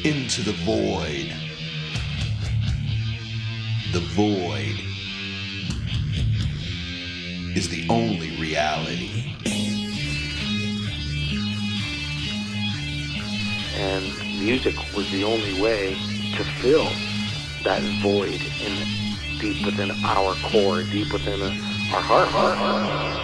into the void. The void is the only reality. And music was the only way to fill that void deep within our core, deep within our heart.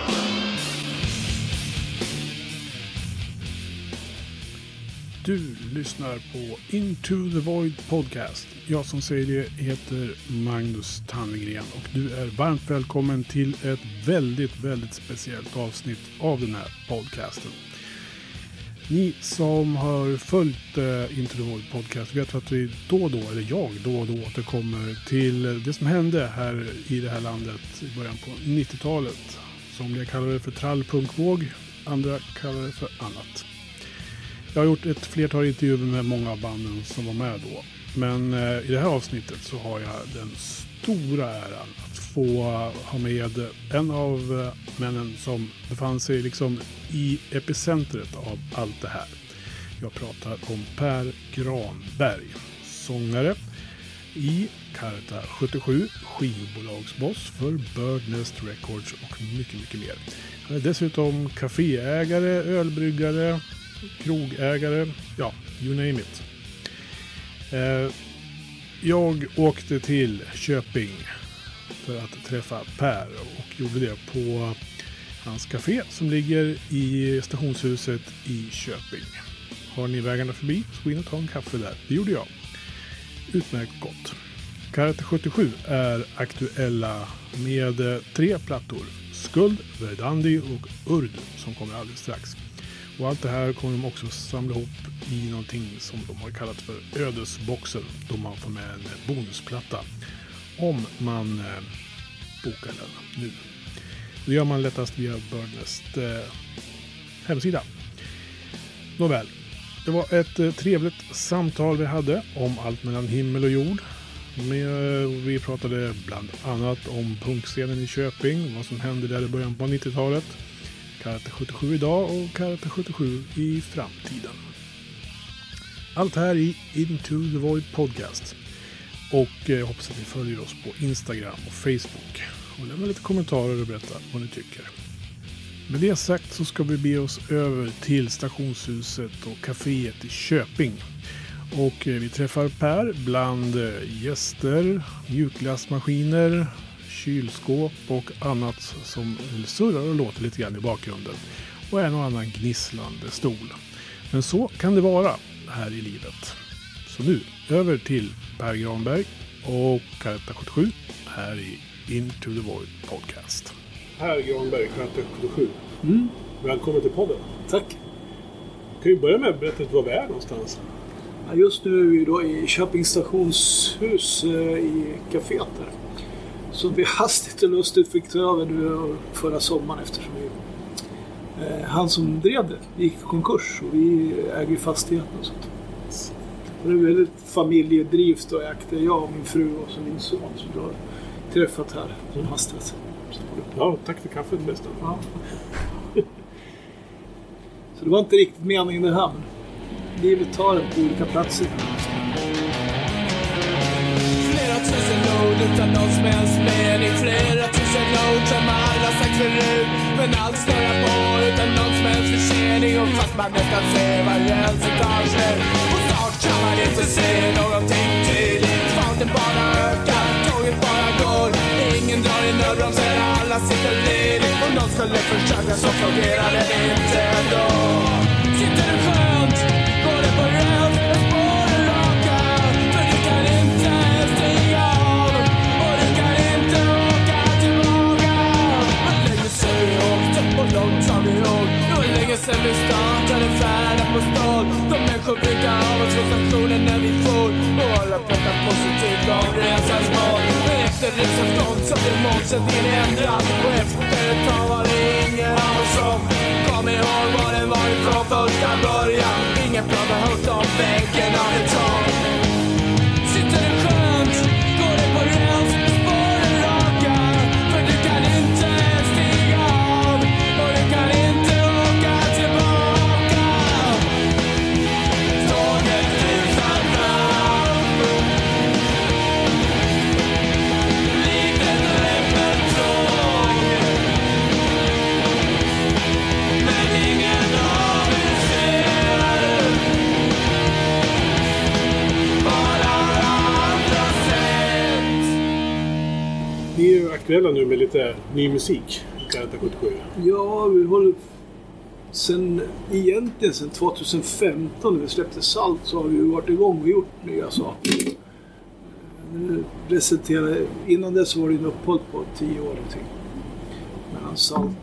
Du lyssnar på Into the Void Podcast. Jag som säger det heter Magnus Tannegren och du är varmt välkommen till ett väldigt speciellt avsnitt av den här podcasten. Ni som har följt Into the Void Podcast vet att vi då och då återkommer till det som hände här i det här landet i början på 90-talet. Somliga kallar det för trallpunkvåg, andra kallar det för annat. Jag har gjort ett flertal intervjuer med många av banden som var med då. Men i det här avsnittet så har jag den stora äran att få ha med en av männen som befann sig liksom i epicentret av allt det här. Jag pratar om Per Granberg, sångare i Karta 77, skivbolagsboss för Birdnest Records och mycket mer. Han är dessutom kaféägare, ölbryggare, krogägare, ja, you name it. Jag åkte till Köping för att träffa Per och gjorde det på hans café som ligger i stationshuset i Köping. Har ni vägarna förbi så gå in och ta en kaffe där. Det gjorde jag. Utmärkt gott. Karate 77 är aktuella med 3 plattor. Skuld, Verdandi och Urd som kommer alldeles strax. Och allt det här kommer de också samla ihop i någonting som de har kallat för ödesboxen. Då man får med en bonusplatta om man bokar den nu. Det gör man lättast via Birdnest hemsida. Nåväl, det var ett trevligt samtal vi hade om allt mellan himmel och jord. Vi pratade bland annat om punkscenen i Köping, vad som hände där i början på 90-talet. Karate 77 idag och Karate 77 i framtiden. Allt här i Into the Void Podcast. Och jag hoppas att ni följer oss på Instagram och Facebook. Och lämna lite kommentarer och berätta vad ni tycker. Med det sagt så ska vi be oss över till stationshuset och kaféet i Köping. Och vi träffar Per bland gäster, mjukglassmaskiner, kylskåp och annat som surrar och låter lite grann i bakgrunden. Och en och annan gnisslande stol. Men så kan det vara här i livet. Så nu över till Per Granberg och Karta 77 här i Into the Void Podcast. Per Granberg, Karta 77. Välkommen till podden. Tack. Kan vi börja med att berätta var vi är någonstans? Ja, just nu är vi då i Köpings stationshus i kaféet där. Som vi hastigt och lustigt fick ta över nu förra sommaren eftersom han som drev det gick i konkurs och vi äger fastigheten och sånt. Och det är väldigt familjedrivt och ägde jag och min fru och så min son som du har träffat här som hastigt. Ja, tack för kaffet förresten. Ja. Så det var inte riktigt meningen det här, men livet tar det på olika platser. Tusen ord utan någon som helst mening. Flera tusen ord som alla sagt förut. Men allt snurrar på utan någon som helst försening. Och fast man nästan ser var gränsen tar slut. Och snart kan man inte se någonting tydligt. Farten bara ökar, tåget bara går. Ingen drar i nödbromsen, alla sitter ledigt. Och någon skulle försöka så fungerar det inte ändå. Sitter du skönt, går det på räls, spåren raka. För du kan inte stiga av och du kan inte åka tillbaka. Hur länge sen vi åkte och långt som vi åkt. Hur länge sen vi startade färden på stål. De människor brukar av oss vid stationen när vi får. Och alla pratar positivt om resans mål. Men efter resans gång så blir målsättningen ändrad. Och efter ett tag var det ingen av oss som kom ihåg vad det var ifrån första början. Ingen pratar högt om väggen av ett tag. Sitter det skönt, går det på räls, spåren raka. För du kan inte stiga av och du kan inte åka tillbaka. Tåget utanför aktuella nu med lite ny musik? Karata 77. Ja, vi håller egentligen sen 2015 när vi släppte Salt så har vi varit igång och gjort nya saker. Innan dess var det en uppehåll på 10 år någonting. Mellan Salt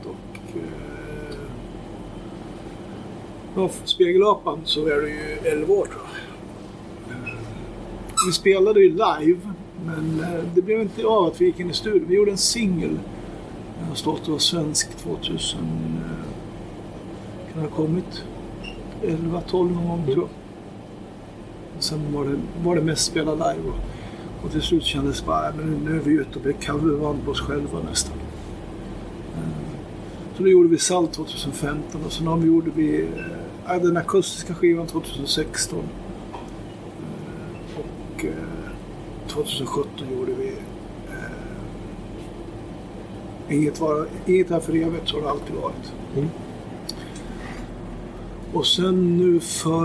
och Spegelapan så är det ju 11 år tror jag. Vi spelade ju live men det blev inte av att vi gick in i studion. Vi gjorde en singel. Jag har stått och var svensk 2000 kan ha kommit 11-12 någon gång tror jag. Sen var det mest spela live och till slut kändes det bara men nu är vi ute och blir coverband på oss själva nästan. Så då gjorde vi Salt 2015 och sen gjorde vi den akustiska skivan 2016 och 2017 gjorde vi inget här för evigt, så har det alltid varit. Och sen nu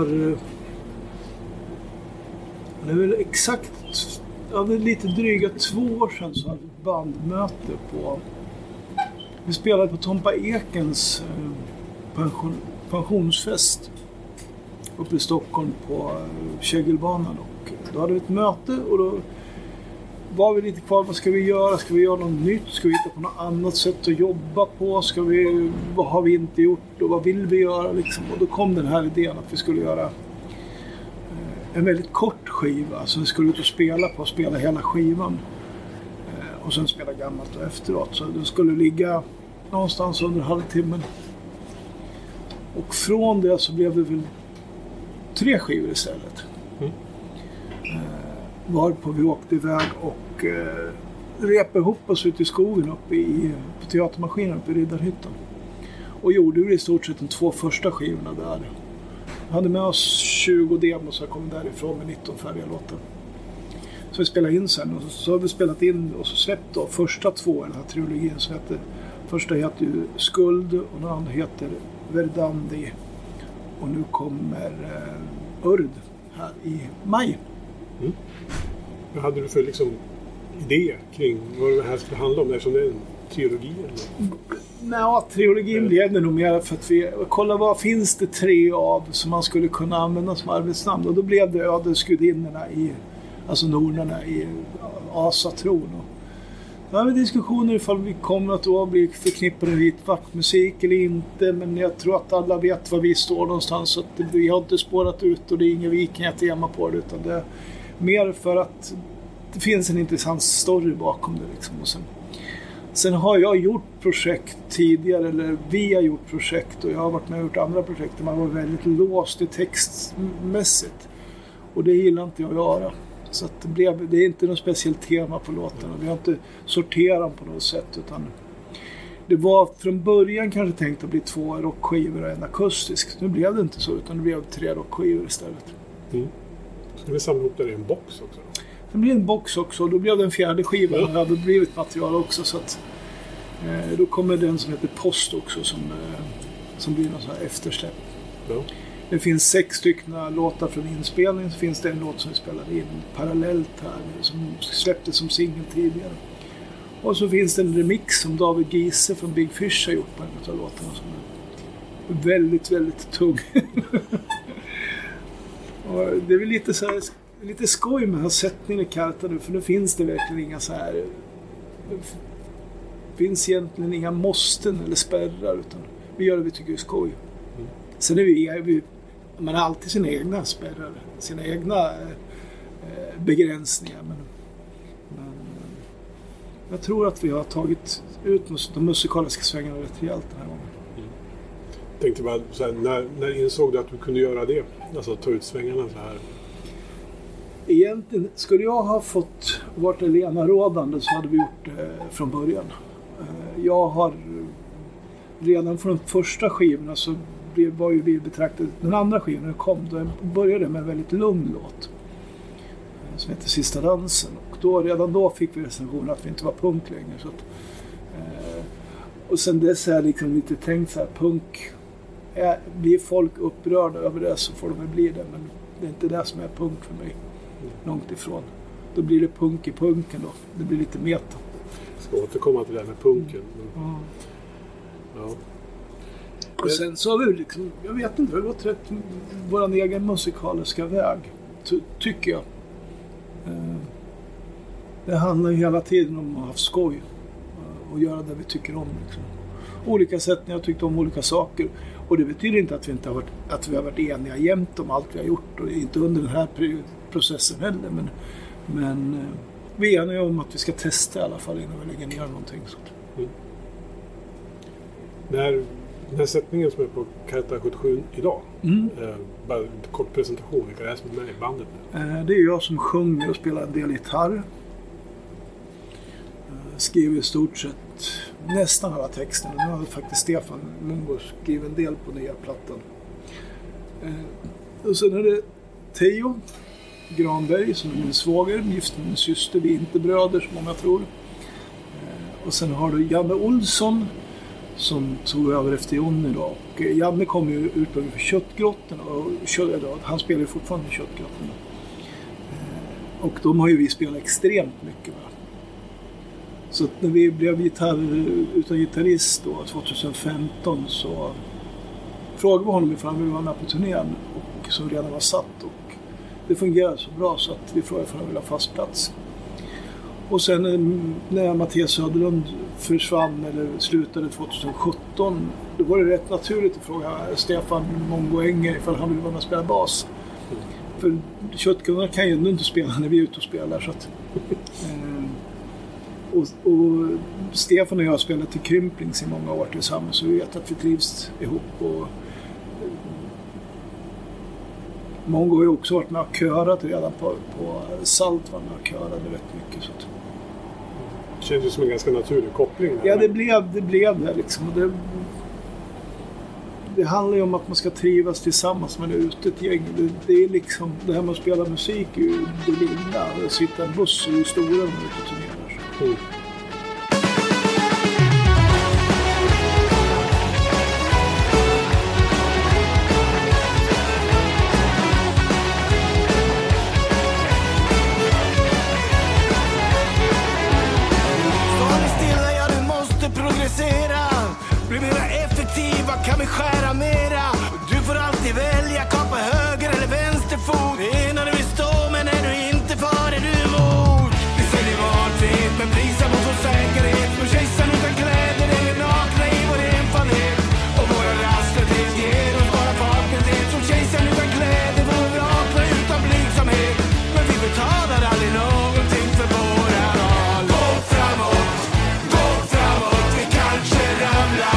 det är väl exakt det är lite dryga 2 år sedan så hade vi ett bandmöte vi spelade på Tompa Ekens pensionsfest uppe i Stockholm på Kägelbanan och då hade vi ett möte och då var vi lite kvar, vad ska vi göra? Ska vi göra något nytt? Ska vi hitta på något annat sätt att jobba på? Vad har vi inte gjort och vad vill vi göra liksom? Och då kom den här idén att vi skulle göra en väldigt kort skiva så vi skulle ut och spela hela skivan och sen spela gammalt och efteråt så det skulle ligga någonstans under halvtimmen och från det så blev det väl 3 skivor istället varpå vi åkte iväg och repade ihop oss ut i skogen på teatermaskinen uppe i Riddarhyttan och gjorde i stort sett de 2 första skivorna där. Vi hade med oss 20 demos och kom därifrån med 19 färdiga låtar. Så vi spelade in sen och så har vi spelat in och så släppt då första 2 i den här trilogin som heter, första heter ju Skuld och den andra heter Verdandi och nu kommer Urd här i maj. Vad hade du för liksom idé kring vad det här skulle handla om eftersom det är en trilogi eller? Nej, trilogin blev det nog mer för att vi kolla vad finns det 3 av som man skulle kunna använda som arbetsnamn och då blev det Ödesgudinnorna alltså nornerna i Asatron. Då har vi diskussioner ifall vi kommer att då bli förknippade med vitvaktmusik eller inte men jag tror att alla vet var vi står någonstans så att vi har inte spårat ut och det är ingen vikingatema på det utan det är mer för att det finns en intressant story bakom det liksom. Och sen har jag gjort projekt tidigare eller vi har gjort projekt och jag har varit med och gjort andra projekt där man var väldigt låst i textmässigt och det gillar inte jag att göra. Så att det är inte något speciellt tema på låten och vi har inte sorterat dem på något sätt utan det var från början kanske tänkt att bli 2 rockskivor och en akustisk. Nu blev det inte så utan det blev 3 rockskivor istället. Ska vi samla ihop det i en box också? Det blir en box också och då blev det en 4:e skiva och det hade blivit material också så att då kommer den som heter Post också som blir något så här eftersläpp. Ja. Det finns 6 låtar från inspelningen så finns det en låt som vi spelade in parallellt här som släpptes som singel tidigare. Och så finns det en remix som David Giese från Big Fish har gjort på en av låtarna som är väldigt, väldigt tung. Och det är väl lite skoj med den här sättningen i Karta nu för nu finns det verkligen inga så här det finns egentligen inga måsten eller spärrar utan vi gör det vi tycker är skoj. Sen är man har alltid sina egna spärrar, sina egna begränsningar men jag tror att vi har tagit ut de musikaliska svängarna rätt rejält den här gången. Tänkte bara så här, när insåg du att du kunde göra det? Alltså ta ut svängarna så här? Egentligen, skulle jag ha fått varit Lena rådande så hade vi gjort det från början. Jag har redan från de första skivorna så var ju vi betraktade, den andra skivan kom, då började med en väldigt lugn låt som heter Sista dansen och redan då fick vi recensioner att vi inte var punk längre så att, och sen dess är jag liksom lite tänkt så här, punk blir folk upprörda över det så får de väl bli det men det är inte det som är punk för mig långt ifrån. Då blir det punk i punken då, det blir lite meta. ska återkomma till det här med punken. Men, ja. Och sen så har vi liksom, jag vet inte, vi har gått rätt vår egen musikaliska väg, tycker jag. Det handlar ju hela tiden om att ha skoj och göra det vi tycker om. Liksom. Olika sätt när jag tyckte om olika saker. Och det betyder inte att vi har varit eniga jämt om allt vi har gjort, och inte under den här processen heller. Men vi är eniga om att vi ska testa i alla fall innan vi lägger ner någonting. Mm. Den här sättningen som är på Karta 77 idag, bara en kort presentation, vilka det är som är med i bandet nu? Det är jag som sjunger och spelar en del gitarr. Skriver i stort sett nästan alla texterna. Nu har faktiskt Stefan Mungo skrivit en del på nya plattan. Och sen är det Theo Granberg som är min svåger, gift med min syster. Vi är inte bröder som många tror. Och sen har du Janne Olsson som tog över efter Jonny då. Och Janne kom ju ursprungligen för Köttgrottorna och han spelar ju fortfarande i Köttgrottorna. Och de har ju vi spelat extremt mycket med. Så när vi blev utan gitarrist då 2015 så frågade vi honom ifall han ville vara med på turnén, och som redan var satt, och det fungerade så bra så att vi frågade ifall han ville ha fast plats. Och sen när Mattias Söderlund försvann eller slutade 2017, då var det rätt naturligt att fråga Stefan Mongo Enger ifall han ville vara med och spela bas. För Köttgrottorna kan ju inte spela när vi är ute och spelar, så att och Stefan och jag har spelat till Krymplings i många år tillsammans, så vi vet att vi trivs ihop. Och Mongo har ju också varit med och körat redan på Salt, var med och körade rätt mycket. Så att det känns ju som en ganska naturlig koppling. Ja, det blev det liksom. Och det handlar ju om att man ska trivas tillsammans med det ute ett gäng. Det är liksom, det här med att spela musik är ju det lilla. Att sitta i en buss är ju stora när man är ute och turnerar. Mm. Bli mera effektiva, kan vi skära mera? Du får alltid välja, kapa höger eller vänster fot. Det är när du vill stå, men när du inte får är du emot. Vi säljer valfrihet, men prisar mot vår säkerhet. Som kejsaren utan kläder, är vi nakna i vår enfaldhet. Och våra rastlöshet ger oss bara vakenhet. Som kejsaren utan kläder, vår vakna utan blygsamhet. Men vi betalar aldrig någonting för våra val. Gå framåt, vi kanske ramlar.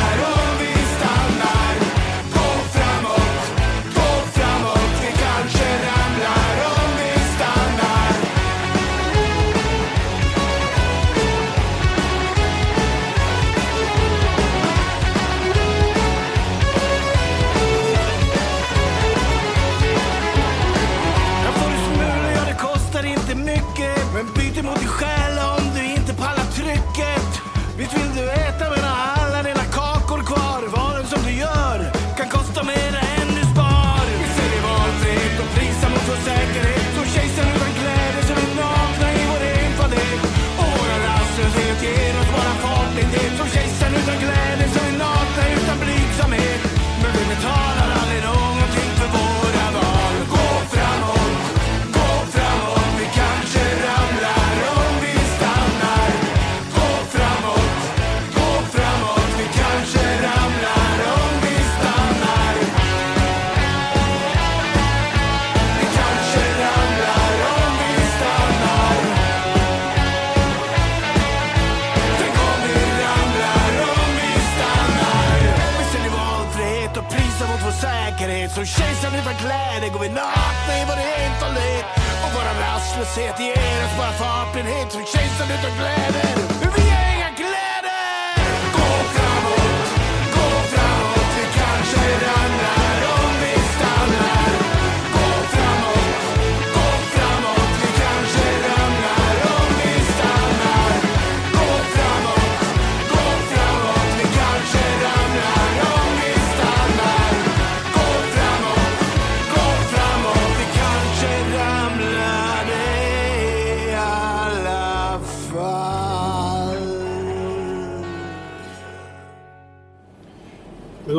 Så kejsaren utan kläder går vi nakna i vår enfaldhet. Och våra rastlöshet ger oss bara fartblindhet. Så kejsaren utan kläder, vi är inga kläder. Gå framåt, vi kanske ramlar om vi stannar. Gå framåt, vi kanske ramlar om vi stannar. Gå framåt, vi kanske ramlar om vi stannar. Vi kanske ramlade i alla fall.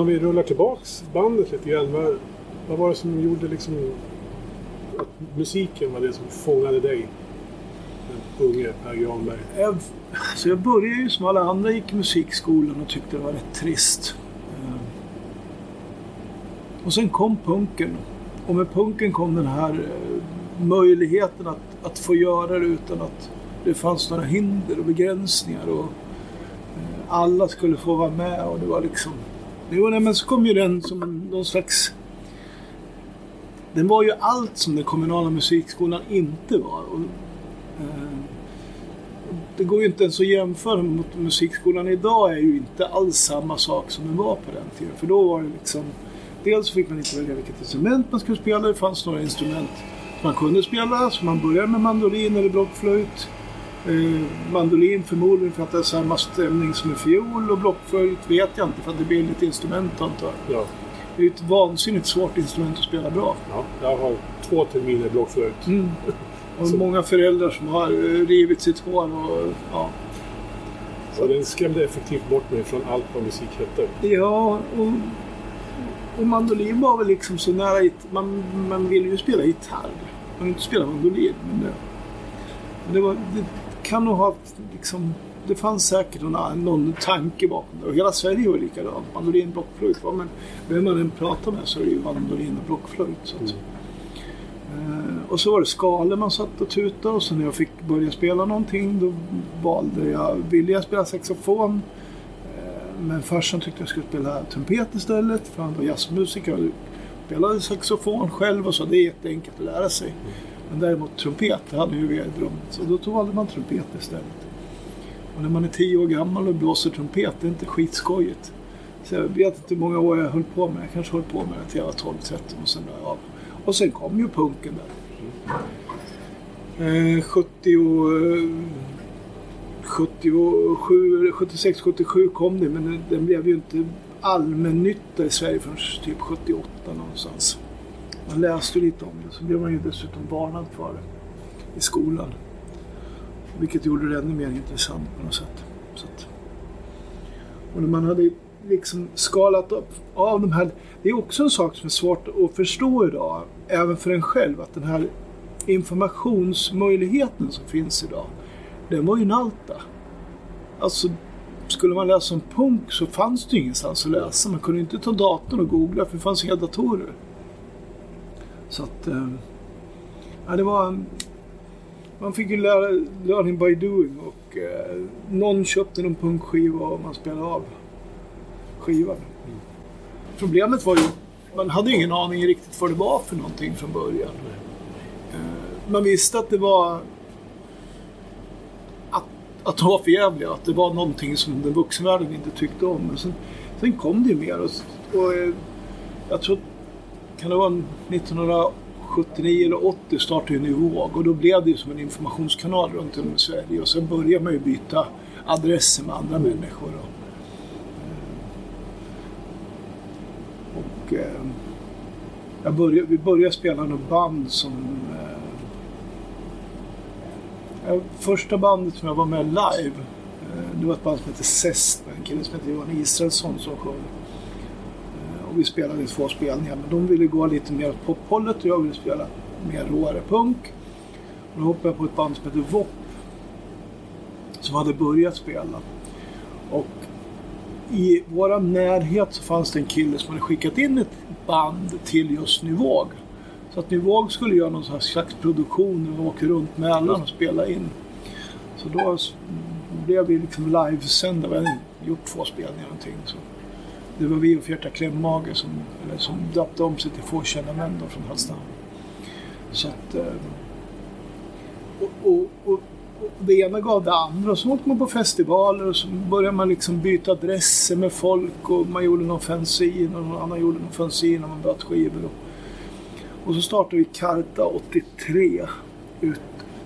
vi rullar tillbaks bandet lite grann. Vad var det som gjorde liksom att musiken var det som fångade dig? Den unge Per Granberg. Så jag började ju som alla andra, gick i musikskolan och tyckte det var rätt trist. Och sen kom punken. Och med punken kom den här möjligheten att få göra det utan att det fanns några hinder och begränsningar. Och alla skulle få vara med. Och det var liksom... Men så kom ju den som någon slags... Den var ju allt som den kommunala musikskolan inte var. Och, det går ju inte ens att jämföra mot musikskolan idag, är ju inte alls samma sak som den var på den tiden. För då var det liksom... Dels fick man inte välja vilket instrument man skulle spela. Det fanns några instrument man kunde spela. Så man började med mandolin eller blockflöjt. Mandolin förmodligen för att det är samma stämning som en fiol. Och blockflöjt vet jag inte för att det blir lite instrument antar jag. Ja. Det är ett vansinnigt svårt instrument att spela bra. Ja, jag har 2 terminer blockflöjt. Och många föräldrar som har rivit sitt hår. Och, ja. Så den skrämde effektivt bort mig från allt vad musik hette. Ja, och mandolin var väl liksom så nära... Man ville ju spela gitarr. Man ville inte spela mandolin. Men det kan nog ha liksom... Det fanns säkert någon tanke bakom det. Och hela Sverige var likadant. Mandolin, blockflöjt. Men vem man än pratar med så är det ju mandolin och blockflöjt. Så att. Och så var det skalor man satt och tutade. Och så när jag fick börja spela någonting då ville jag spela saxofon. Men farsan tyckte jag skulle spela trumpet istället. För han var jazzmusiker och spelade saxofon själv. Och så det är jätteenkelt att lära sig. Men däremot trumpet hade ju vi drömt. Så då valde man trumpet istället. Och när man är 10 år gammal och blåser trumpet, det är inte skitskojigt. Så jag vet inte hur många år jag höll på med. Jag kanske höll på med det till jag var 12-13 och sen var jag av. Och sen kom ju punken där. 76-77 kom det, men den blev ju inte allmännytta i Sverige förrän typ 78 någonstans. Man läste lite om det, så blev man ju dessutom varnad för det i skolan. Vilket gjorde det ännu mer intressant på något sätt. Så att, och när man hade liksom skalat upp av de här... Det är också en sak som är svårt att förstå idag, även för en själv, att den här informationsmöjligheten som finns idag, den var ju en alta. Alltså, skulle man läsa om punk så fanns det ingenstans att läsa. Man kunde inte ta datorn och googla, för det fanns inga datorer. Så att... Ja, det var... Man fick ju learning by doing och någon köpte någon punkskiva och man spelade av skivan. Problemet var ju man hade ingen aning riktigt vad det var för någonting från början. Man visste att det var att det var för jävligt, att det var någonting som den vuxenvärlden inte tyckte om. Men sen kom det ju mer och jag tror kan det vara 1979 eller 80 startade en ny våg och då blev det ju som en informationskanal runt om i Sverige och sen började man ju byta adresser med andra människor och vi började spela något band som första bandet som jag var med live, det var ett band som heter Zest, en kille som heter Johan Israelsson som sjöng. Och vi spelade 2 spelningar, men de ville gå lite mer på pophållet och jag ville spela mer råare punk. Och då hoppade jag på ett band som heter Vop som hade börjat spela. Och i våra närhet så fanns det en kille som hade skickat in ett band till just Nyvåg. Så att Nyvåg skulle göra någon slags produktion och åka runt med alla och spela in. Så då blev vi liksom livesända. Vi hade gjort 2 spelningar någonting. Så det var vi och Fjärta Klämmage som döpte om sig till Få känna män då från Hallstahammar. Så att och det ena gav det andra. Och så åkte man på festivaler och så började man liksom byta adresser med folk och man gjorde någon fanzine och någon annan gjorde någon fanzine och man började skivor. Och så startade vi Karta 83 ut.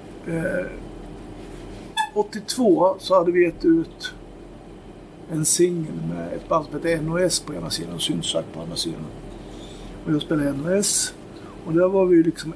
82 så hade vi gett ut en singel med ett band som heter NOS på ena sidan och Synsak på andra sidan. Och jag spelade NOS. Och där var vi liksom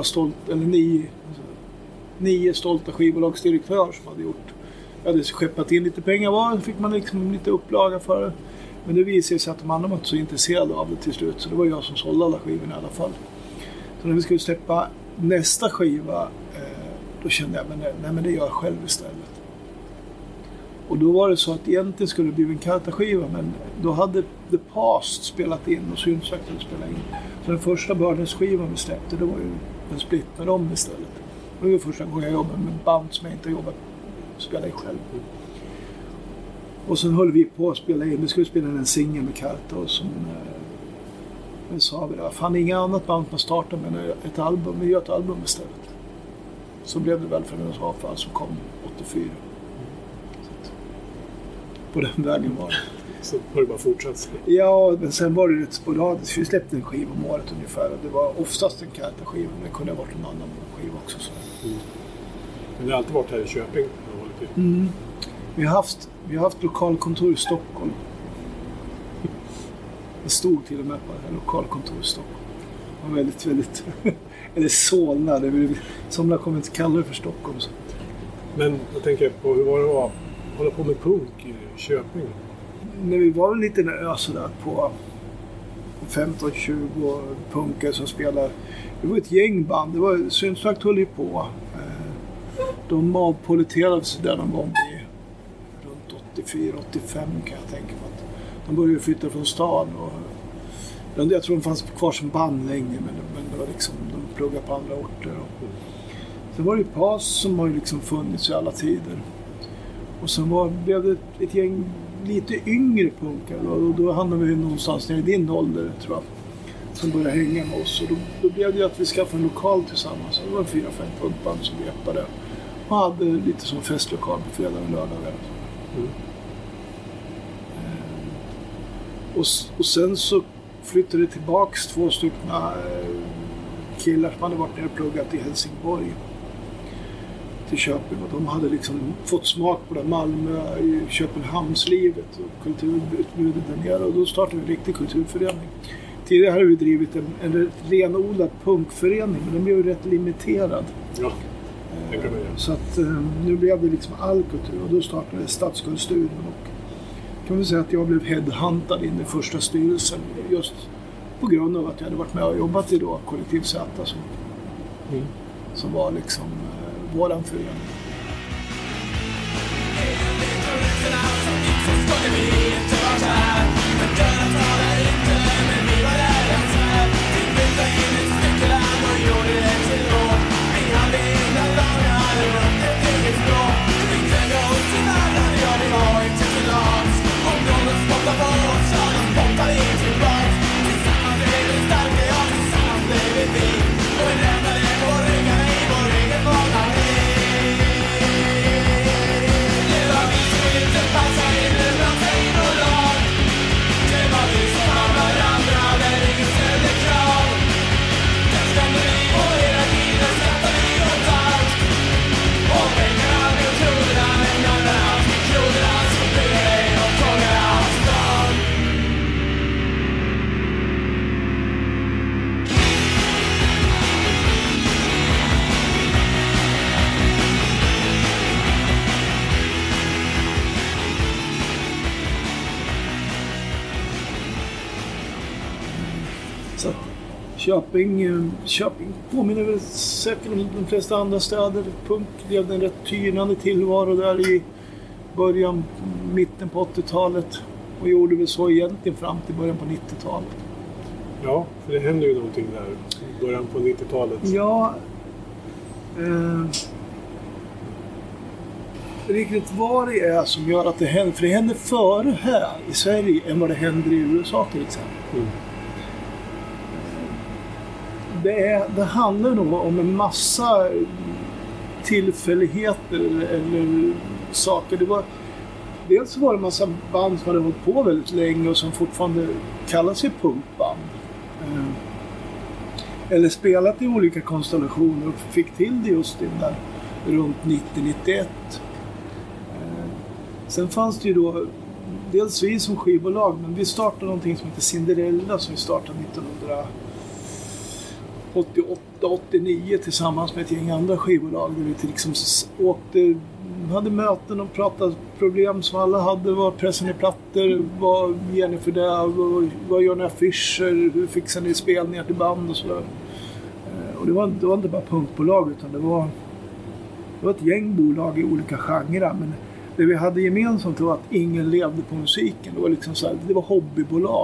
9 stolta skivbolagsdirektörer som hade gjort. Jag hade skeppat in lite pengar var, så fick man liksom lite upplaga för det. Men det visade sig att de andra var inte så intresserade av det till slut. Så det var jag som sålde alla skivorna i alla fall. Så när vi skulle släppa nästa skiva, då kände jag, men det gör jag själv istället. Och då var det så att egentligen skulle det bli en Karta-skiva, men då hade The Past spelat in och Synsvakt hade spelat in. Så den första Burners-skivan vi släppte, det var ju en split med dem istället. Det var första gången jag jobbade med band som jag inte jobbat spela i själv. Och sen höll vi på att spela in. Vi skulle spela in en singel med Karta och som sa vi det. Fan, inga annat band man startar med ett album. Vi gör ett album istället. Så blev det väl för en avfall som kom 84. På den vägen var det. Så har det bara fortsatt? Ja, men sen var det rätt sporadiskt. Vi släppte en skiva om året ungefär. Det var oftast en Karta-skiva, men det kunde ha varit en annan skiva också. Så. Men det har alltid varit här i Köping? Vi har haft lokalkontor i Stockholm. Det stod till och med på det här lokalkontor i Stockholm. Det var väldigt eller Solna, det vill somliga kommer inte kalla det för Stockholm. Så. Men jag tänker på hur var det att hålla på med punk i Köping? När vi var lite nervösa där på 15-20 punkar som spelade. Det var ett gängband. Det var Synsvakt höll ju på. De avpoliterades där någon gång runt 84-85 kan jag tänka mig. De började flytta från stan. Och jag tror de fanns kvar som band länge, men det var liksom, de pluggade på andra orter. Sen var det ju Pas som har ju liksom funnits i alla tider. Och sen blev det ett gäng lite yngre punkar. Och då hamnade vi någonstans ner i din ålder, tror jag. Som började hänga med oss. Och då blev det att vi skaffade en lokal tillsammans. Det var 4-5 punkband som vi öppnade. Och hade lite som festlokal på fredag och lördagar. Och sen så flyttade det tillbaks 2 killar som hade varit nere och pluggat i Helsingborg till Köping, och de hade liksom fått smak på det Malmö i Köpenhamnslivet och kulturutbudet där nere, och då startade vi en riktig kulturförening. Tidigare hade vi drivit en renodlad punkförening, men den blev ju rätt limiterad. Ja. Så att nu blev det liksom all kultur, och då startade Stadskulturen, och kan vi säga att jag blev headhuntad in i första styrelsen just på grund av att jag hade varit med och jobbat i då Kollektiv Z som var liksom våran förening. Köping påminner väl säkert om de flesta andra städer. Punk levde en rätt tynande tillvaro där i mitten på 80-talet, och gjorde väl så egentligen fram till början på 90-talet. Ja, för det hände ju någonting där i början på 90-talet. Ja, riktigt vad det är som gör att det händer, för det händer före här i Sverige än vad det händer i USA till exempel. Det handlar nog om en massa tillfälligheter eller saker. Dels var det en massa band som hade hållit på väldigt länge och som fortfarande kallar sig punkband. Eller spelat i olika konstellationer och fick till det just där runt 90-91. Sen fanns det ju då dels vi som skivbolag, men vi startade någonting som heter Cinderella som vi startade 88-89 tillsammans med ett gäng andra skivbolag där vi liksom åkte, hade möten och pratade problem som alla hade. Vad pressen i plattor, vad ger ni för det, vad gör ni affischer, hur fixar ni spelningar till band och sådär. Och det var inte bara punkbolag utan det var ett gäng bolag i olika genrer, men det vi hade gemensamt var att ingen levde på musiken. Det var liksom så här, det var hobbybolag.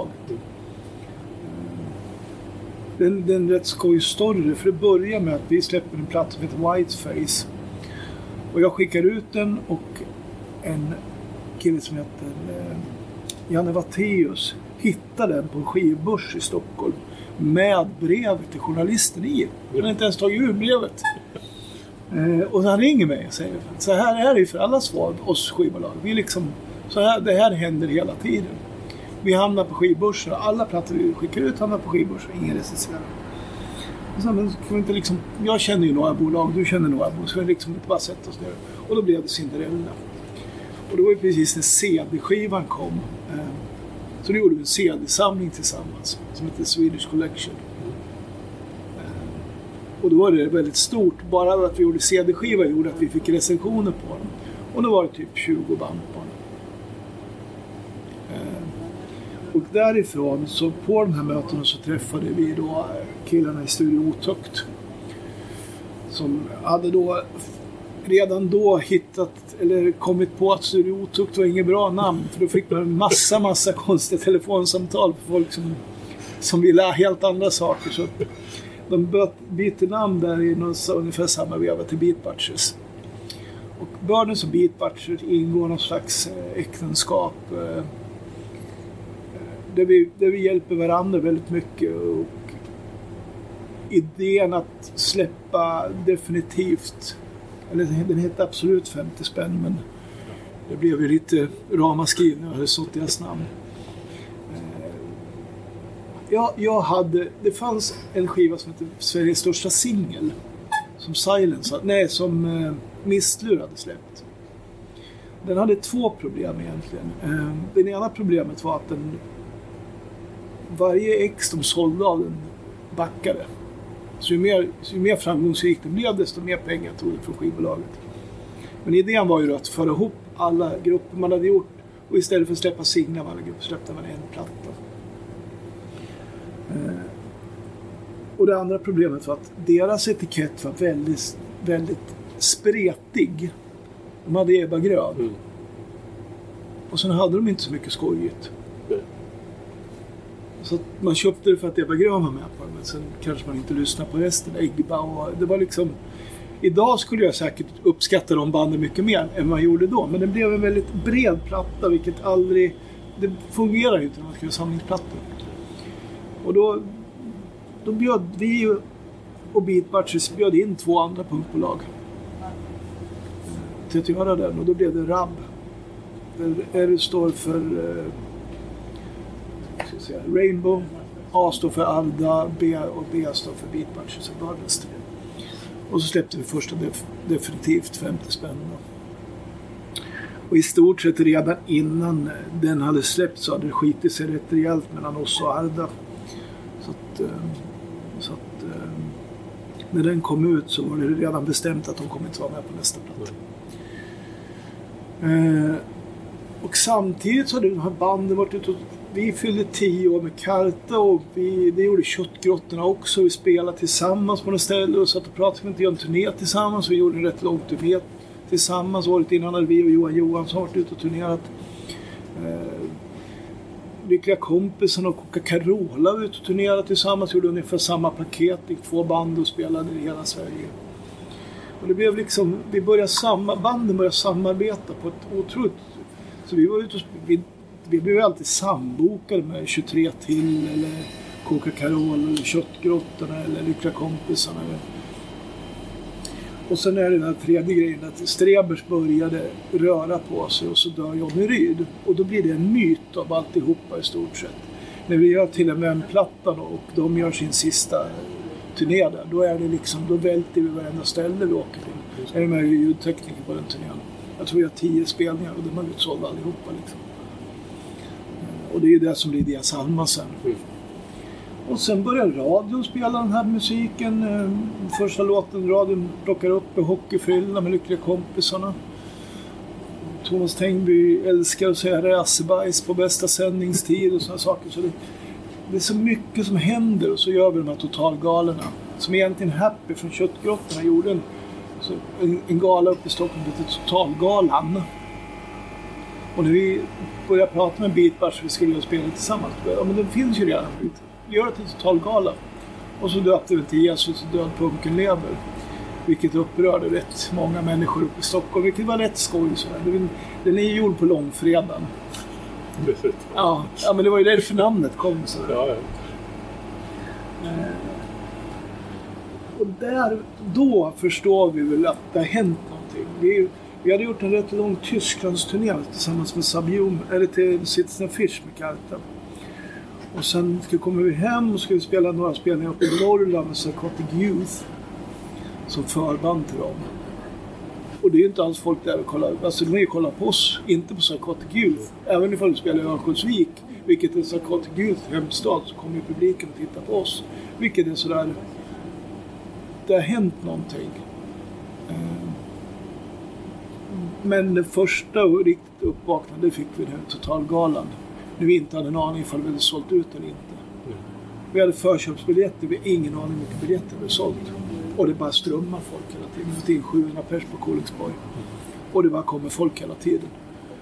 Det är en rätt skoj story, för det börjar med att vi släpper en platta som heter Whiteface. Och jag skickar ut den och en kille som heter Janne Watteus hittar den på en skivbörs i Stockholm med brevet till journalisten i. Han har inte ens tagit ur brevet. Och han ringer mig och säger så här är det för alla oss skivbolag. Vi liksom, så här, det här händer hela tiden. Vi hamnar på skivbörser. Alla plattor vi skickar ut hamnar på skivbörser. Ingen recenserar. Men kan vi inte liksom, jag känner ju några bolag, du känner några bolag. Så vi liksom inte bara sätta oss ner. Och då blev det Cinderella. Och det var ju precis när CD-skivan kom. Så då gjorde vi en CD-samling tillsammans. Som heter Swedish Collection. Och då var det väldigt stort. Bara att vi gjorde CD-skiva gjorde att vi fick recensioner på den. Och då var det typ 20 band på den. Och därifrån så på de här mötena så träffade vi då killarna i Studio Otukt. Som hade då redan då hittat eller kommit på att Studio Otukt var inget bra namn. För då fick man massa konstiga telefonsamtal för folk som ville ha helt andra saker. Så de bytte namn där i ungefär samma veva till Beat Butchers. Och Burners och Beat Butchers ingår någon slags äktenskap där vi hjälper varandra väldigt mycket. Och idén att släppa definitivt, eller den heter absolut 50 spänn, men det blev ju lite ramaskri när jag hade sått deras namn. Det fanns en skiva som heter Sveriges största singel som som Mistlur hade släppt. Den hade 2 problem egentligen. Det ena problemet var att varje ex de sålde av den backade. Så ju mer framgångsrikt det blev, desto mer pengar tog det från skivbolaget. Men idén var ju då att föra ihop alla grupper man hade gjort, och istället för att släppa singlar av alla grupper släppte man en platta. Och det andra problemet var att deras etikett var väldigt, väldigt spretig. De hade Ebba Grön. Och sen hade de inte så mycket skojigt. Så att man köpte det för att Ebba Grön var med på det, men sen kanske man inte lyssnade på resten. Egba och det var liksom... Idag skulle jag säkert uppskatta de banden mycket mer än man gjorde då. Men det blev en väldigt bred platta, vilket aldrig... Det fungerar ju inte när man ska göra samlingsplattor. Och då bjöd vi och Beat Butchers bjöd in 2 andra punkbolag till att göra den. Och då blev det RAB. R står för Rainbow, A står för Arda, B och B står för Beat Butchers och Burners. Och så släppte vi första definitivt 50 spänn. Och i stort sett redan innan den hade släppt så hade det skitit sig rätt rejält mellan oss och Arda. Så att när den kom ut så var det redan bestämt att de kommer inte vara med på nästa platta. Och samtidigt så hade de här banden varit ute och vi fyllde 10 år med Karta och det gjorde Köttgrottorna också. Vi spelade tillsammans på något ställe och satt och pratade om att göra en turné tillsammans. Vi gjorde en rätt lång turné tillsammans. Året innan hade vi och Johan Johansson varit ute och turnerat. Lyckliga kompisarna och Coca-Cola var ute och turnerade tillsammans. Gjorde ungefär samma paket. 2 band och spelade i hela Sverige. Och det blev liksom, banden började samarbeta på ett otroligt. Så vi var ute och vi blev alltid sambokade med 23 till eller Coca-Cola eller Köttgrottorna eller Lyckliga kompisarna. Och sen är det den här tredje grejen att Strebers började röra på sig och så dör Johnny Ryd. Och då blir det en myt av alltihopa i stort sett. När vi gör till en vänplatta och de gör sin sista turné där, då är det liksom, då välter vi varenda ställe vi åker till. Är det med ljudtekniker på den turnén. Jag tror jag har 10 spelningar och de har utsålda allihopa liksom. Och det är ju det som blir deras alma sen. Och sen började radion spela den här musiken. Första låten radion plockar upp är Hockeyfrilla med Lyckliga kompisarna. Thomas Tengby älskar att säga räsebajs på bästa sändningstid och sådana saker. Så det är så mycket som händer och så gör vi de här totalgalerna. Som egentligen Happy från Köttgrottorna gjorde en gala uppe i Stockholm som heter Totalgalan. Och när vi började prata med Beatbars vi skulle spela tillsammans. Ja men den finns ju redan. Vi gör det till Totalgala. Och så döpte vi till Jesus och död punken lever. Vilket upprörde rätt många människor uppe i Stockholm. Vilket var rätt skoj. Den är ju gjord på långfredagen. Ja, men det var ju därför namnet kom. Så. Ja. Och då förstår vi väl att det har hänt någonting. Vi hade gjort en rätt lång Tysklandsturné tillsammans med Sabium, eller till Citizen Fish med Karta. Och sen kommer vi hem och ska spela några spelningar uppe i Norrland med Psychotic Youth som förband till dem. Och det är ju inte alls folk där och kollar, alltså de är ju kollar på oss, inte på Psychotic Youth. Även ifall vi spelar i Örnsköldsvik, vilket är Psychotic Youth hemstad, så kommer ju publiken att titta på oss. Vilket är sådär, det har hänt någonting. Men det första och riktigt uppvaknande fick vi den Totalgalan. Nu vi inte hade en aning ifall vi hade sålt ut eller inte. Vi hade förköpsbiljetter, vi hade ingen aning hur mycket biljetter vi hade sålt. Och det bara strömmar folk hela tiden. Vi fick in 700 pers på Kolingsborg. Och det bara kommer folk hela tiden.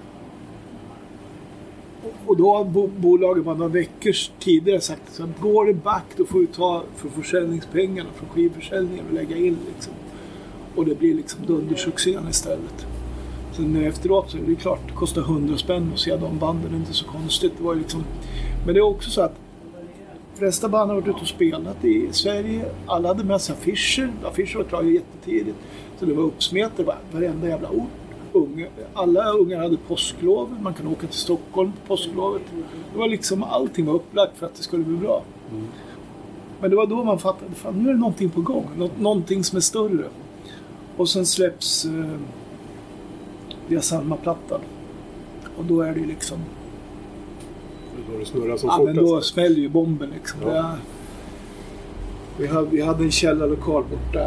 Och då har bolaget bara några veckors tidigare sagt att går det back då får vi ta för försäljningspengarna från skivförsäljningen och lägga in liksom. Och det blir liksom dundersuccén istället. Sen efteråt så är det klart, det kostar 100 spänn att se de banden, det är inte så konstigt. Det var ju liksom, men det är också så att de flesta band har varit ute och spelat i Sverige. Alla hade med sig affischer. Affischer var klara jättetidigt. Så det var uppsmetat varenda jävla ort. Alla ungar hade påsklov. Man kan åka till Stockholm på påsklovet. Det var liksom, allting var upplagt för att det skulle bli bra. Men det var då man fattade, fan, nu är det någonting på gång. Någonting som är större. Och sen släpps via Salma-plattan. Och då är det liksom... Då det snurrar som ja, men då fortast. smäller ju bomben liksom. Ja. Vi hade en källarlokal borta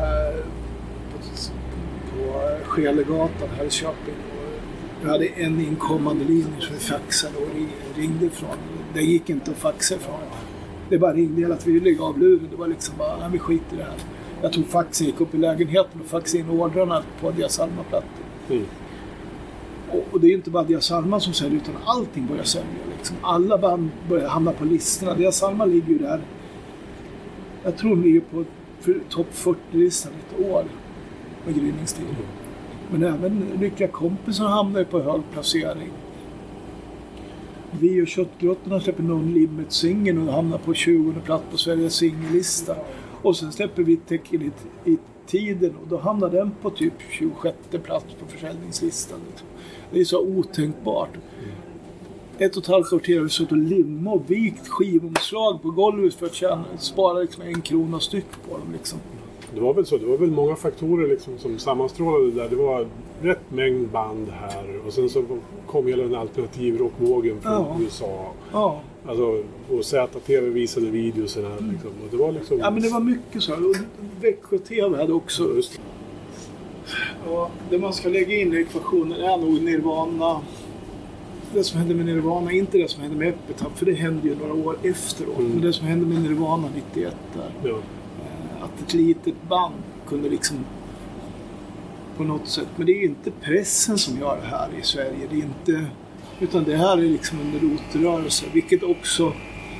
på Skelegatan här i Köping. Vi hade en inkommande linje som vi faxade och ringde ifrån. Det gick inte att faxa ifrån. Det bara ringde hela tiden, vi lägga av luren. Det var liksom bara, nej, vi skiter i det här. Jag tog faxen, gick upp i lägenheten och faxade in ordrarna på Dia Salma-plattan. Och det är inte bara Dia Salma som säljer utan allting börjar sälja. Liksom. Alla band börjar hamna på listorna. Dia Salma ligger ju där. Jag tror de ligger på topp 40-listan ett år med gryningstid. Men även Lyckliga kompisar hamnar på hög placering. Vi och Köttgrottorna släpper någon limit-singeln och hamnar på 20:e plats på Sveriges singellista. Och sen släpper vi Tecken i tiden och då hamnar den på typ 26:e plats på försäljningslistan. Liksom. Det är så otänkbart. 1,5 år till har vi suttit och limmat och vikt skivomslag på golvet för att spara liksom 1 krona styck på dem. Liksom. Det var väl så, det var väl många faktorer liksom som sammanstrålade där. Det var rätt mängd band här och sen så kom hela den alternativrockvågen från USA. Ja. Alltså, och ZTV visade videoserna liksom. Och det var liksom... Ja, men det var mycket så. Och Växjö TV hade också... Just. Ja, det man ska lägga in i ekvationen är nog Nirvana. Det som hände med Nirvana, inte det som hände med Epitaph, för det hände ju några år efteråt. Men det som hände med Nirvana 91 där. Ja. Att ett litet band kunde liksom på något sätt, men det är ju inte pressen som gör det här i Sverige, det är inte, utan det här är liksom en rotrörelse, vilket också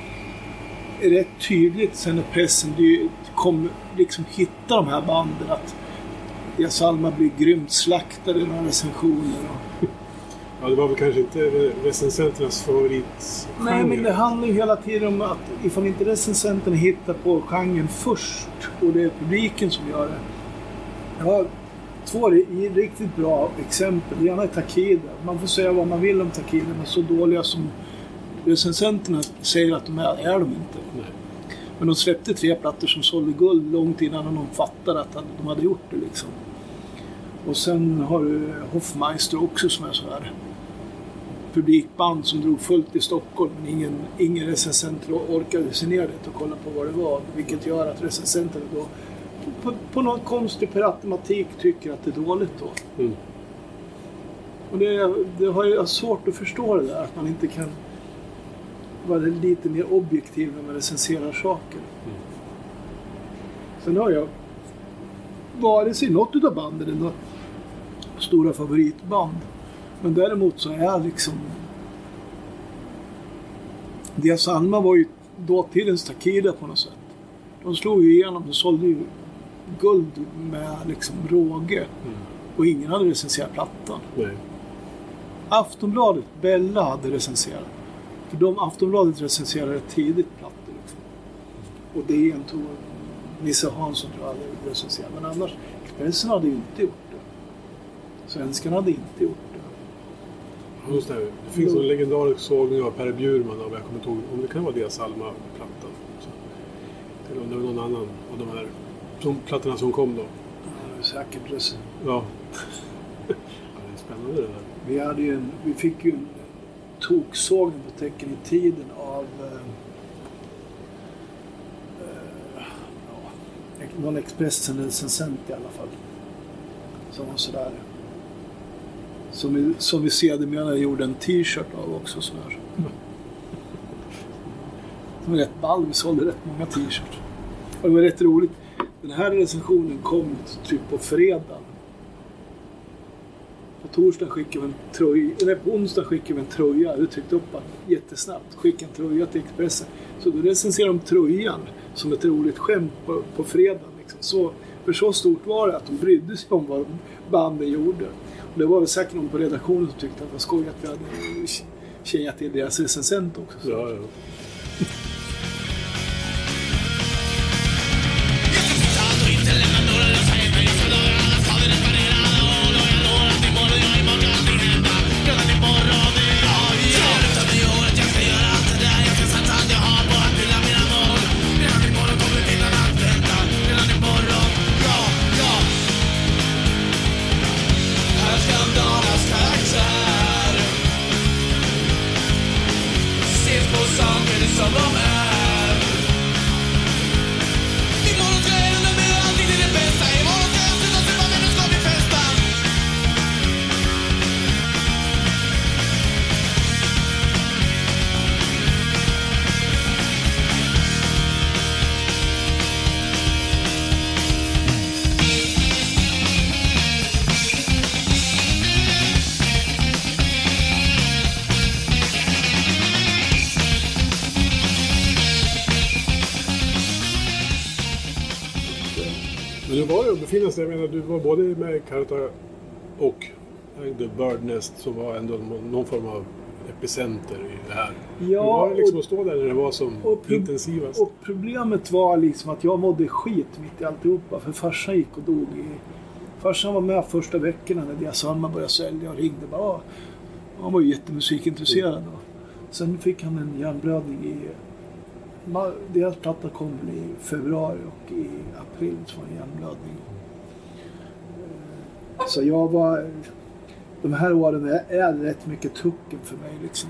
är rätt tydligt sen när pressen kommer liksom hitta de här banden, att Dia Salma blir grymt slaktade i några recensioner. Ja, det var väl kanske inte recensenternas favorit. Nej, men det handlar ju hela tiden om att ifall inte recensenterna hittar på genren först och det är publiken som gör det. Jag har 2 riktigt bra exempel. Det ena är Takida. Man får säga vad man vill om Takida, men så dåliga som recensenterna säger att de är de inte. Nej. Men de släppte 3 plattor som sålde guld långt innan de fattade att de hade gjort det liksom. Och sen har du Hoffmeister också som är så här. publikband som drog fullt i Stockholm, men ingen recensent orkade se ner det och kolla på vad det var, vilket gör att recensenter då på någon konstig per automatik tycker att det är dåligt då. Och det har jag svårt att förstå det där, att man inte kan vara lite mer objektiv när man recenserar saker. Sen har jag varit i något av banden eller något stora favoritband, men däremot så är liksom Dias Alma var ju dåtidens Takida på något sätt. De slog ju igenom, de sålde ju guld med liksom råge. Och ingen hade recenserat plattan. Nej. Aftonbladet, Bella hade recenserat. För Aftonbladet recenserade tidigt plattor liksom. Och det är en tog Nisse Hansson tror jag hade recenserat. Men annars, Expressen hade ju inte gjort det. Svenskarna hade inte gjort det. Just det finns en legendarisk sågning av Per Bjurman av, jag kommer inte ihåg om det kan vara Dias Alma-plattan. Eller om det var någon annan av de här plattorna som kom då. Ja, det är säkert. Ja. Det är spännande det där. Vi fick ju en toksågning på Tecken i tiden av någon Expressen-recensent i alla fall. Som var sådär. Som vi sedermera gjorde en t-shirt av också sådär. Det var rätt ball, vi sålde rätt många t-shirts. Och det var rätt roligt. Den här recensionen kom typ på fredag. På torsdag skickade vi en tröja, eller på onsdag skickade vi en tröja. Du tryckte upp att jättesnabbt skicka en tröja till Expressen. Så då recenserade de tröjan som ett roligt skämt på fredag. Liksom. För så stort var det att de brydde sig om vad banden gjorde. Och det var väl säkert någon på redaktionen som tyckte att det var skoj att vi hade tjejat till deras recensent också. Så. Ja. Men du var ju befinner sig, jag menar, du var både med Karta och The Birdnest som var ändå någon form av epicenter i det här. Ja, du var liksom att stå där när det var som intensivast. Och problemet var liksom att jag mådde skit mitt i alltihopa, för farsan gick och dog farsan var med första veckorna när Dias Alma började sälja och ringde bara. Han var ju jättemusikintresserad då. Sen fick han en hjärnblödning deras platta kom i februari och i april så var en hjärnblödning. Så jag var... De här åren är rätt mycket tucken för mig liksom.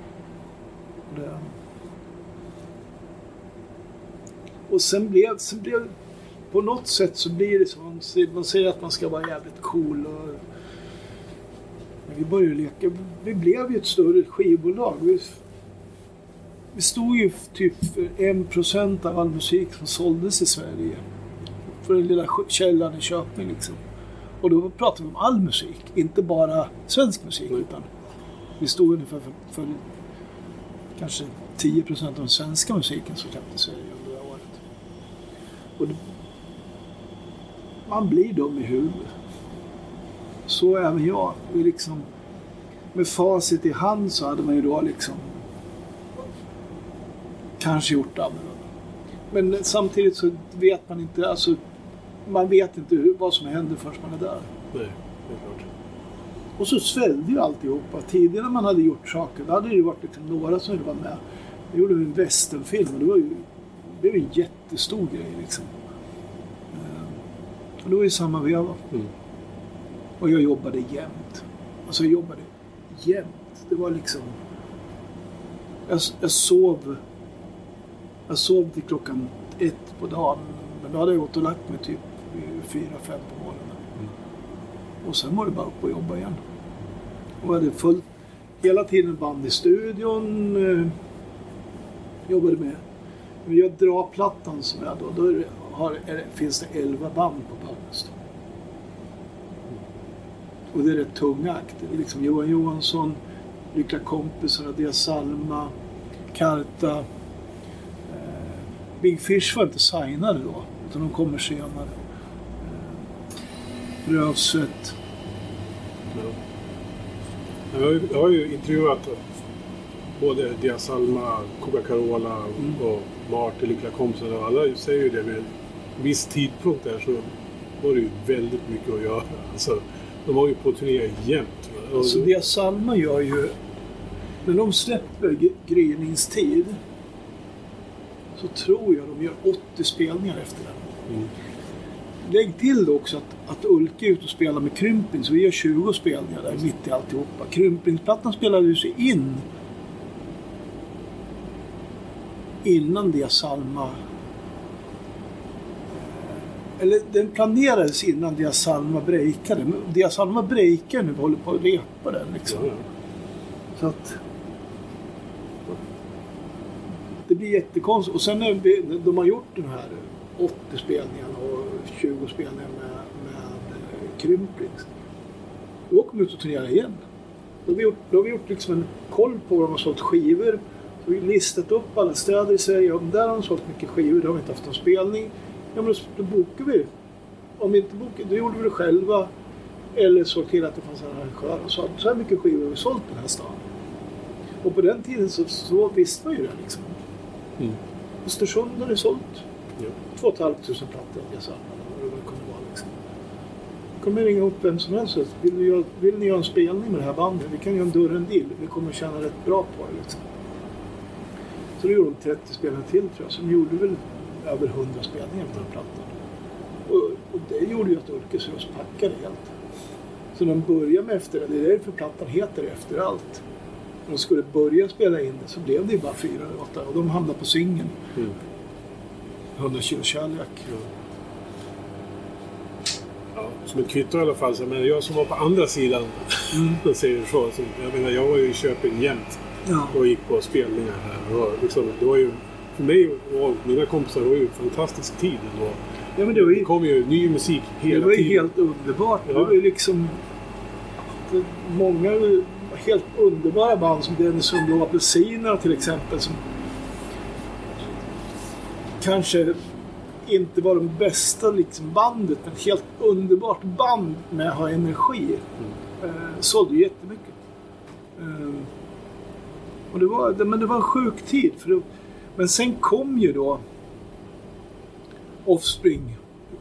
Och sen blev på något sätt så blir det så. Man säger att man ska vara jävligt cool och... Men vi började leka. Vi blev ju ett större skivbolag. Vi stod ju typ för 1% av all musik som såldes i Sverige. För den lilla källan i Köping liksom. Och då pratade vi om all musik. Inte bara svensk musik. Utan vi stod ungefär för kanske 10% av den svenska musiken som släpptes i Sverige under det året. Och man blir dum i huvudet. Så även jag. Vi liksom, med facit i hand så hade man ju då liksom kanske gjort det annorlunda. Men samtidigt så vet man inte, alltså man vet inte vad som händer förrän man är där. Nej, det är klart. Och så svällde ju alltihopa. Tidigare när man hade gjort saker, då hade det ju varit liksom några som var med. Vi gjorde en westernfilm och det var ju en jättestor grej liksom. Och det var ju samma veva. Och jag jobbade jämt. Alltså jag jobbade jämt. Det var liksom... Jag sov till klockan 1 på dagen. Men då hade jag gått och lagt mig typ 4-5 på morgonen. Och sen var det bara upp och jobba igen. Och jag hade fullt hela tiden band i studion. Jobbade med. Men jag drar plattan som jag då finns det 11 band på bandet. Och det är rätt tunga akt. Det är liksom Johan Johansson, Lyckliga kompisarna, Dia Salma, Karta. Big Fish var inte signade då, utan de kommer senare. Rövsvett. Jag har ju intervjuat både Dia Salma, Coca-Cola och Martin, Lyckliga kompisar. Och alla säger ju det, vid en viss tidpunkt där så var det ju väldigt mycket att göra. Alltså, de var ju på turné jämt. Så Dia Salma gör ju, när de släpper gryningstid så tror jag de gör 80 spelningar efter den. Lägg till också att Ulke är ute och spelar med Krympling, så vi gör 20 spelningar där mitt i alltihopa. Krymplingsplattan spelade ju sig innan Dia Salma, eller den planerades innan Dia Salma breakade. Men Dia Salma breakade nu, vi håller på att repa den liksom. Så att det blir jättekonstigt. Och sen när de har gjort den här 80 spelningarna och 20 spelningar med Krympling, då åker de ut och turnerar igen. Då har vi gjort liksom en koll på vad de har sålt skivor. Så vi har listat upp alla städer i Sverige. Om där har de sålt mycket skivor, då har vi inte haft någon spelning. Ja, men då bokar vi. Om vi inte bokar, då gjorde vi det själva. Eller såg till att det fanns en arrangör. Och så här mycket skivor har vi sålt den här stan. Och på den tiden så visste man ju det liksom. Östersund har det sålt 2 500 plattor. Jag sa vad det kunde vara liksom. Kommer ringa upp vem som helst. Vill ni göra en spelning med det här bandet? Vi kan göra en dörren deal. Vi kommer tjäna rätt bra på det liksom. Så då gjorde de 30 spelningar till tror jag. Så de gjorde väl över 100 spelningar på den plattan. Och det gjorde ju att Ulkes röst packade helt. Så de började med efter det. Det är därför plattan heter Efter allt. När de skulle börja spela in det så blev det ju bara 4 låtar. Och de hamnade på singeln. 100 kilo kärlek. Ja, som ett kvitto i alla fall. Så, men jag som var på andra sidan, säger så. Jag menar, jag var ju i Köping jämt. Ja. Och gick på spelningar här. Och liksom, det var ju, för mig och mina kompisar, det var ju en fantastisk tid ändå. Ja, men det kom ju ny musik hela tiden. Det var ju helt underbart. Ja. Det var ju liksom många helt underbara band som Dennis och Blå Apelsiner till exempel, som kanske inte var de bästa liksom bandet, men helt underbart band med att ha energi. Sålde ju jättemycket. Och det var en sjuk tid. Men sen kom ju då Offspring.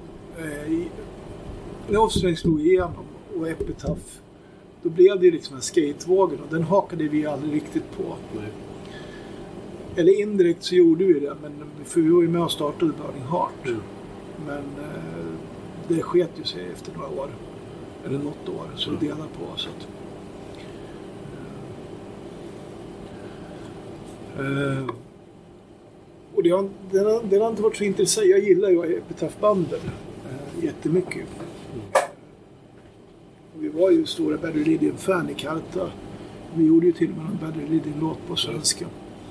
När Offspring slog igenom och Epitaph, då blev det liksom en skatevågen, och den hakade vi aldrig riktigt på. Nej. Eller indirekt så gjorde vi det, men för vi var ju med och startade Burning Heart. Men det sket ju sig efter några år. Eller något år, så vi delade på oss. Och det har inte varit så intressant. Jag gillar ju Epitaph-banden jättemycket. Vi var ju stora Bad Religion-fan i Karta. Vi gjorde ju till och med en Bad Religion-låt på svenska.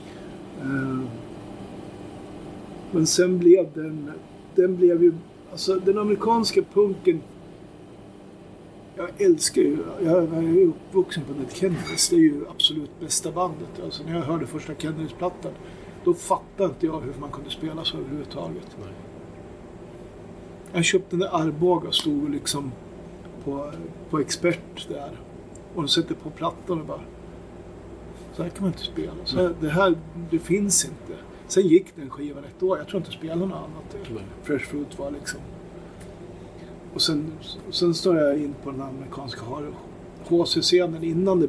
Men sen blev den blev ju, alltså den amerikanska punken, jag älskar ju, jag är ju uppvuxen på Dead Kennedys, det är ju absolut bästa bandet. Alltså när jag hörde första Kennedys-plattan, då fattade inte jag hur man kunde spela så överhuvudtaget. Nej. Jag köpte den där Arboga, stod liksom på Expert där, och de sätter på plattan och bara, så här kan man inte spela. Så här, det här, det finns inte. Sen gick den skivan ett år. Jag tror inte spelade något annat. Fresh Fruit var liksom. Och sen står jag in på den amerikanska HC-scenen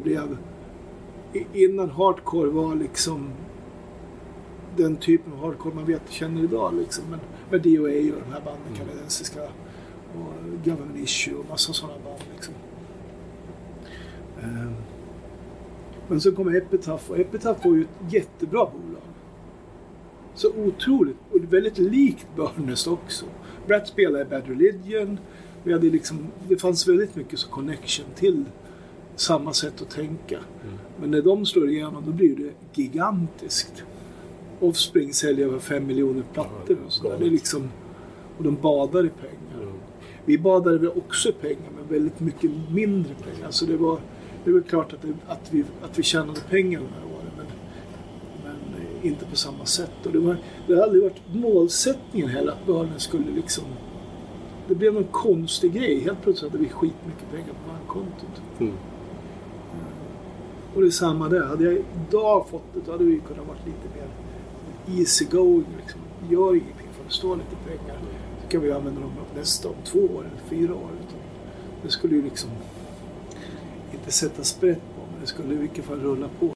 innan hardcore var liksom den typen av hardcore man känner idag liksom. Men med DOA och de här banden kanadensiska och Government Issue och massa sådana band liksom. Men så kom Epitaph, och Epitaph var ju ett jättebra bolag. Så otroligt, och väldigt likt Burnest också. Brett spelade i Bad Religion. Vi hade liksom, det fanns väldigt mycket så connection till samma sätt att tänka. Men när de slår igenom, då blir det gigantiskt. Offspring säljer över 5 miljoner plattor och sådär. Det är liksom, och de badar i pengar. Vi badade väl också i pengar, men väldigt mycket mindre pengar. Så det var klart att vi tjänade pengar de här åren, men inte på samma sätt. Och det har aldrig varit målsättningen heller att Burnest skulle liksom, det blev någon konstig grej. Helt plötsligt hade vi skitmycket pengar på bankkontot. Och det är samma där. Hade jag idag fått det, då hade vi kunnat vara lite mer easy going. Liksom. Gör ingenting för det står lite pengar. Så kan vi använda dem nästa om 2 år eller 4 år. Utan det skulle ju liksom inte sätta sprätt på, men det skulle i vilket fall rulla på.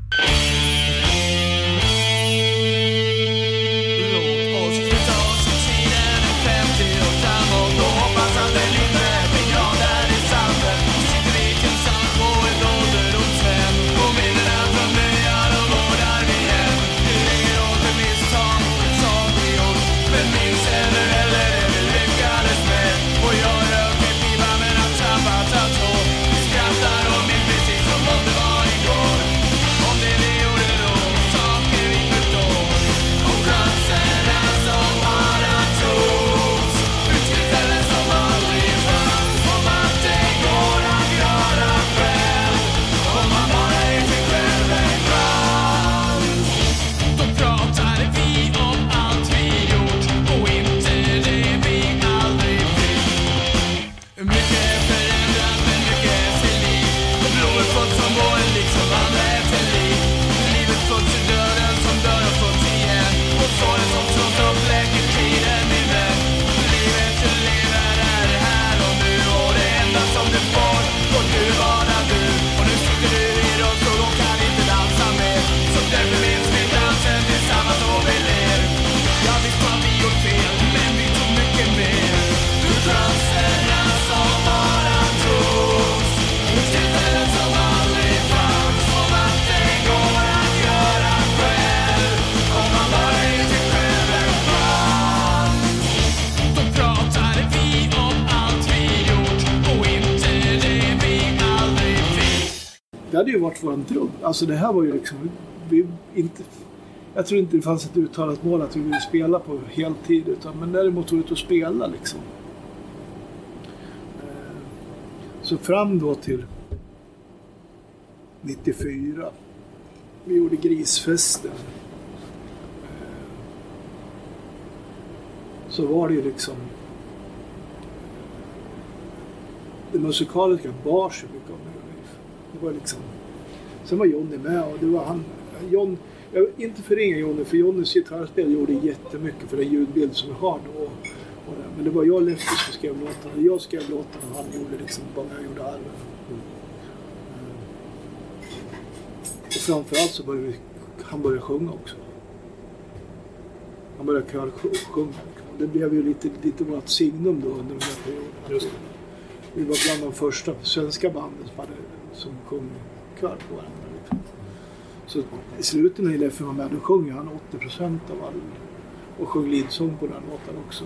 Det hade ju varit våran dröm. Alltså det här var ju liksom, jag tror inte det fanns ett uttalat mål att vi ville spela på heltid, men däremot var det att spela liksom. Så fram då till 94. Vi gjorde Grisfesten. Så var det ju liksom det musikaliska bar så mycket om det. Det var liksom, sen var Johnny med, och det var han, jag inte förringa Johnny, för Jonnys gitarrspel gjorde jättemycket för den ljudbild som vi har då. Men det var jag och Lefty som skrev låtarna. Jag skrev låtarna och han gjorde liksom bara jag gjorde arven. Och framförallt så började han började sjunga också. Han började körsjunga. Det blev ju lite vårt signum då under den här perioden. Vi var bland de första svenska banden som sjöng kör på varandra. Liksom. Så i slutet när Leffe var med, då sjöng han 80% av all, och sjöng lidsång på den låten också.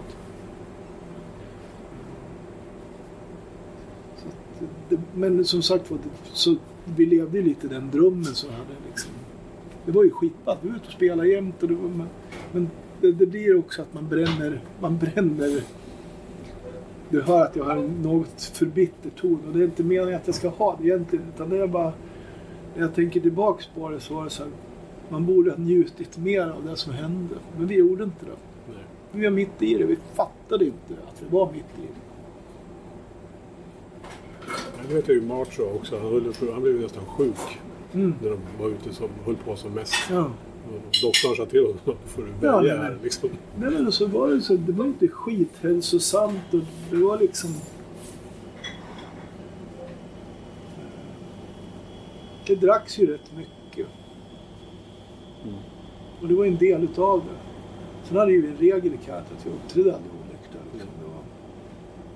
Men som sagt, så vi levde lite den drömmen så hade liksom, det var ju skitbart, vi var ute och spelade jämt, och men det blir också att man bränner. Du hör att jag har något förbitter ton, och det är inte meningen att jag ska ha det egentligen, utan det är bara, när jag tänker tillbaks på det så var det så här, man borde ha njutit mer av det som hände, men vi gjorde inte det. Nej. Vi var mitt i det, vi fattade inte att vi var mitt i det. Jag vet ju Marcho också, han blev nästan sjuk när de var ute som höll på som mest. Ja. Doktorn sa till honom, då får du välja här liksom. Nej, men så var det så, det var inte skithälsosamt, och det var liksom, det dracks ju rätt mycket. Och det var en del utav det. Sen hade ju en regel i Cat att vi uppträdde aldrig onyktra liksom.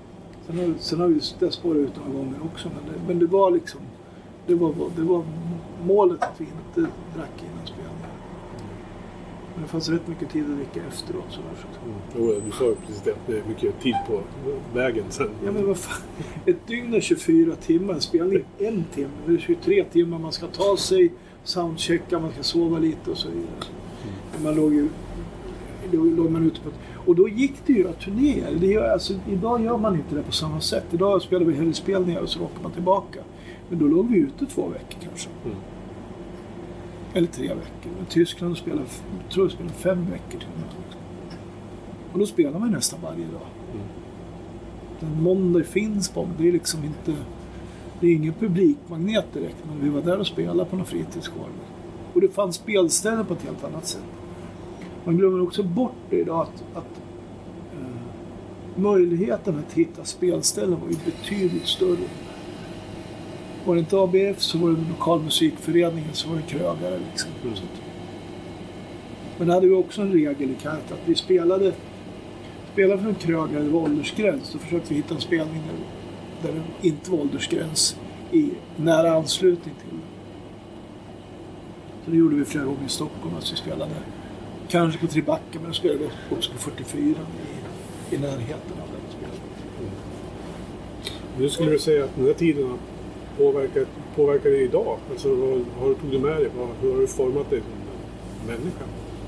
Sen har vi det spårat ut några gånger också, men det var liksom, det var målet att vi inte drack innan spelningen. Men det fanns rätt mycket tid att dricka efteråt. Du sa ju precis det, det är mycket tid på vägen sen. Ja, men vad fan. Ett dygn är 24 timmar, en spelning 1 timme. Det är 23 timmar, man ska ta sig, soundchecka, man ska sova lite och så vidare. Man låg man ute på... Och då gick det ju att turnera. Alltså, idag gör man inte det på samma sätt. Idag spelar vi helgspelningar och så åker man tillbaka. Men då låg vi ute 2 veckor kanske. Eller 3 veckor. Men Tyskland spelar 5 veckor till och med. Och då spelar man nästan varje dag. Den måndag i Finspång, det är liksom inte... Det är ingen publikmagnet direkt. Men vi var där och spelade på någon fritidsgård. Och det fanns spelställen på ett helt annat sätt. Man glömmer också bort det idag att möjligheten att hitta spelställen var ju betydligt större. Var det inte ABF så var det lokalmusikföreningen, så var det krögare liksom. Men det hade vi också en regel i Karta att vi spelade för en krögare, det var åldersgräns. Då försökte vi hitta en spelning där det inte var åldersgräns i nära anslutning till. Så det gjorde vi flera gånger i Stockholm, att vi spelade kanske på Tribacka, men då spelade vi också på 44 i närheten av det spelet. Nu skulle du säga att den här tiden påverkar dig idag? Alltså, vad tog du med dig? Hur har du format dig som människa?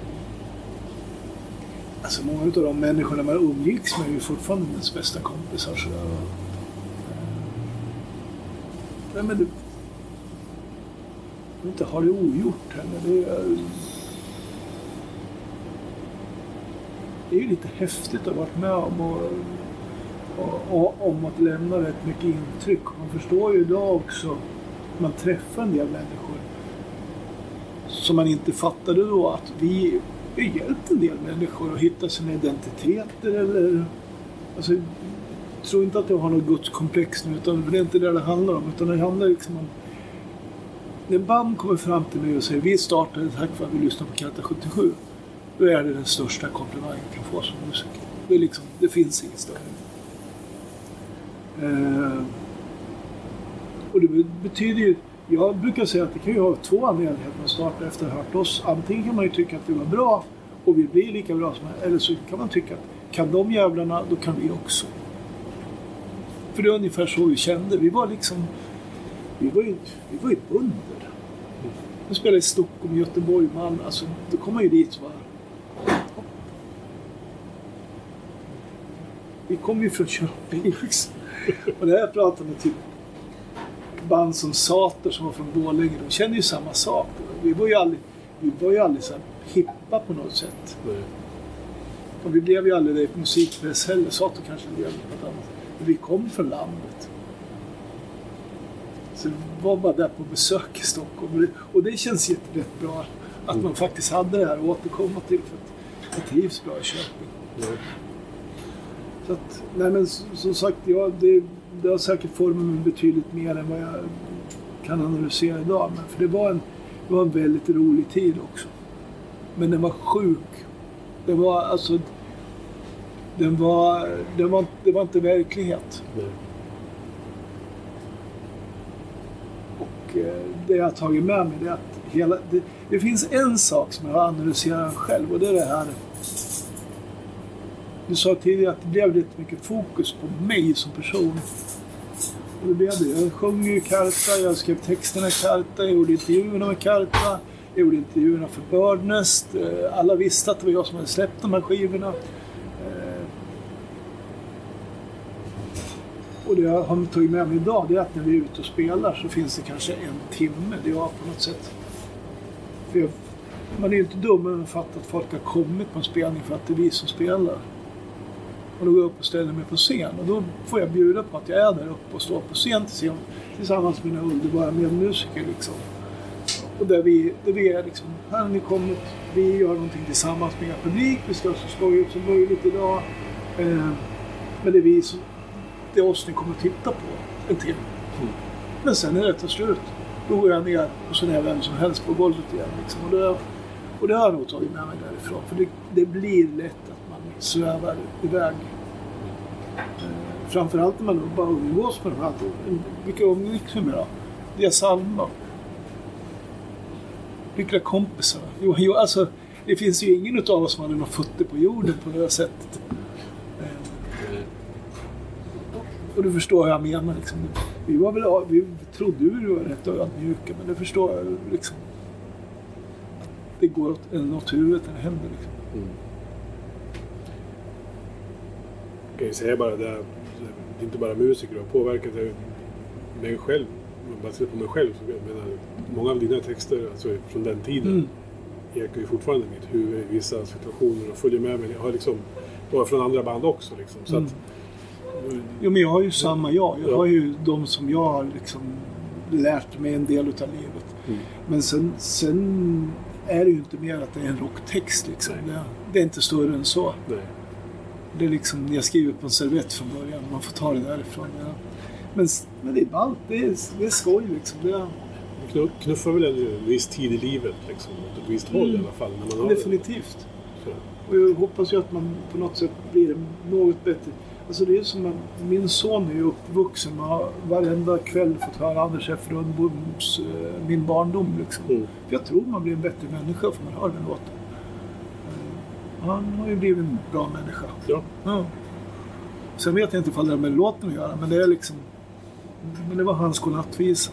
Alltså många av de människorna man umgicks med är ju fortfarande ens bästa kompisar. Så där. Nej, men du inte har det ogjort heller. Det är ju lite häftigt att ha varit med om och om att lämna rätt mycket intryck. Man förstår ju idag också, man träffar en del människor som man inte fattade då, att vi hjälpt en del människor att hitta sina identiteter eller alltså, jag tror inte att jag har något gudskomplex nu, utan det är inte det handlar om, utan det handlar liksom om när band kommer fram till mig och säger vi startade tack för att vi lyssnade på Karta 77, då är det den största komplimangen jag kan få som musiker. Det är liksom, det finns inget större. Och det betyder ju, jag brukar säga att det kan ju ha 2 anledningar att man startar efter att ha hört oss. Antingen kan man ju tycka att vi var bra och vi blir lika bra som eller så kan man tycka att kan de jävlarna, då kan vi också. För det är ungefär så vi kände. Vi var liksom, vi var ju bunder. Vi spelade i Stockholm, Göteborg, Malmö. Alltså, då kom man ju dit så bara. Vi kom ju från Köping liksom. Och det här pratade med typ band som Sater som var från Borlänge. De kände ju samma sak. Vi var ju aldrig så här hippa på något sätt. Och vi blev ju aldrig det musikpress heller. Sater kanske blev något annat. Men vi kom från landet. Så vi var bara där på besök i Stockholm. Och det känns rätt bra att man faktiskt hade det här att återkomma till. För att jag trivs bra i Köping. Så att, nej men som sagt, ja, det har säkert format mig betydligt mer än vad jag kan analysera idag. Men för det var en väldigt rolig tid också. Men den var sjuk. Det var inte verklighet. Nej. Och det jag har tagit med mig är att det finns en sak som jag har analyserat själv, och det är det här. Du sa tidigare att det blev lite mycket fokus på mig som person. Och det blev det. Jag sjöng ju Karta, jag skrev texterna i Karta, jag gjorde intervjuerna med Karta, jag gjorde intervjuerna för Birdnest. Alla visste att det var jag som hade släppt de här skivorna. Och det jag har tagit med mig idag, det är att när vi är ute och spelar så finns det kanske 1 timme. Det är på något sätt. För man är ju inte dum än att fatta att folk har kommit på en spelning för att det är vi som spelar. Och då går jag upp och ställer mig på scen. Och då får jag bjuda på att jag är där uppe och står på scen tillsammans med mina underbara medmusiker liksom. Och där vi är liksom, här har ni kommit, vi gör någonting tillsammans med er publik, vi ska så skoj ut som möjligt idag. Men det är oss ni kommer att titta på en timme. Men sen är det tar slut. Då går jag ner och så är vem som helst på golvet igen liksom. Och det har jag nog tagit med mig därifrån. För det blir lätt att man svävar iväg. Framförallt när man bara umgås med de här. Vilka umgicks vi med då? Det är Salma. Lyckliga kompisar. Jo, alltså, det finns ju ingen av oss som hade några fötter på jorden på det här sättet. Och du förstår hur jag menar. Liksom. Vi trodde ju vi var rätt ödmjuka, men det förstår jag liksom. Det går åt huvudet när det händer. Liksom. Jag kan ju säga bara det är inte bara musiker och påverkat mig själv. Baserat på mig själv. Så jag menar, många av dina texter alltså, från den tiden ekar ju fortfarande i mitt huvud i vissa situationer och följer med mig. Jag har liksom bara från andra band också. Liksom, så att, jo, men jag har ju samma jag. Jag har ju de som jag har liksom lärt mig en del utav livet. Men sen är det ju inte mer att det är en rocktext. Liksom. Det är inte större än så. Nej. Det är liksom, jag skriver på en servett från början. Man får ta det därifrån. Ja. Men det är ballt. Det är skoj liksom. Knuffar väl en viss tid i livet liksom. Åt ett visst håll i alla fall. När man har definitivt. det. Och jag hoppas ju att man på något sätt blir något bättre. Alltså det är som att min son är ju uppvuxen och har varenda kväll fått höra Anders F. Rönnboms Min barndom liksom. För jag tror man blir en bättre människa för man hör den låten. Han har ju blivit en bra människa. Ja. Sen vet jag inte ifall det har med låten att göra, men det är liksom. Men det var hans godnattvisa.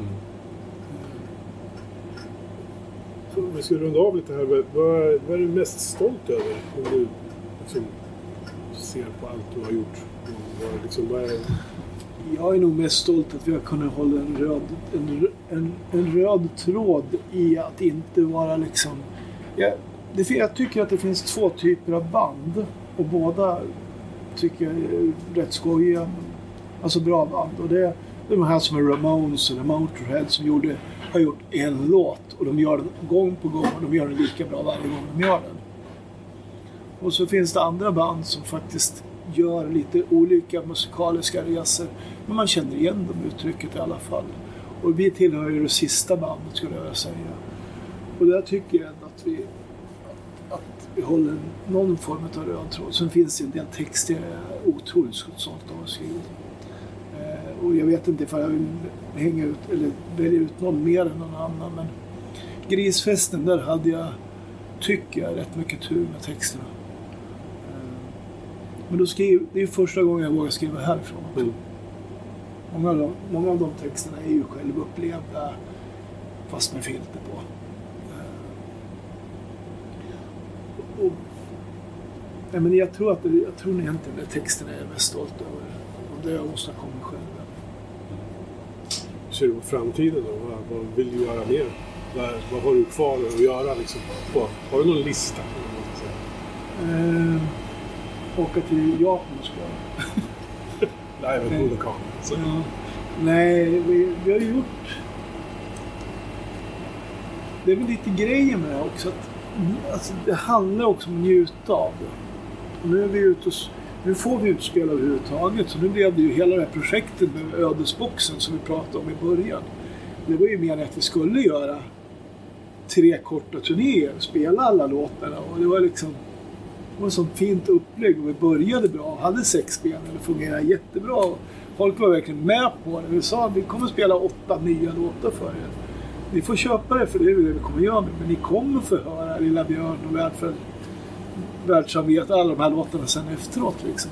Så vi ska runda av lite här. Vad är du mest stolt över om du liksom ser på allt du har gjort? Vad är... Jag är nog mest stolt att vi har kunnat hålla en röd tråd i att inte vara liksom. Jag tycker att det finns två typer av band och båda tycker jag är rätt skojiga. Alltså bra band. Och det är de här som är Ramones eller Motorhead som har gjort en låt och de gör den gång på gång och de gör den lika bra varje gång de gör den. Och så finns det andra band som faktiskt gör lite olika musikaliska resor, men man känner igen dem uttrycket i alla fall. Och vi tillhör ju det sista bandet skulle jag vilja säga. Och där tycker jag att vi håller någon form av röd tråd. Sen finns det en del texter jag är otroligt stolt av att skriva. Och jag vet inte ifall jag vill hänga ut eller välja ut någon mer än någon annan. Men Grisfesten, där hade jag, tycker jag, rätt mycket tur med texterna. Men det är ju första gången jag vågar skriva härifrån också. Många av de texterna är ju själv upplevda fast med filter på. Men jag tror egentligen att texterna är mest stolt över och det jag åstadkommer själv. Hur ser du på framtiden då? Vad vill du göra mer? Vad har du kvar att göra liksom? Har du någon lista? Åka till Japan ska jag. Nej, men Budokan. Ja. Nej, vi har gjort. Det är väl lite grejer med det också. Alltså, det handlar också om att njuta av det. Och nu är vi ute och nu får vi utspela överhuvudtaget. Så nu blev det ju hela det här projektet med ödesboxen som vi pratade om i början. Det var ju mer att vi skulle göra 3 korta turnéer och spela alla låtarna. Och det var liksom ett sånt fint upplägg och vi började bra och hade 6 spel och det fungerade jättebra. Och folk var verkligen med på det. Vi sa att vi kommer spela 8 nya låtar för er. Ni får köpa det för det är det vi kommer göra nu. Men ni kommer få höra Lilla Björn och Världssamvet alla de här låtarna sen efteråt liksom.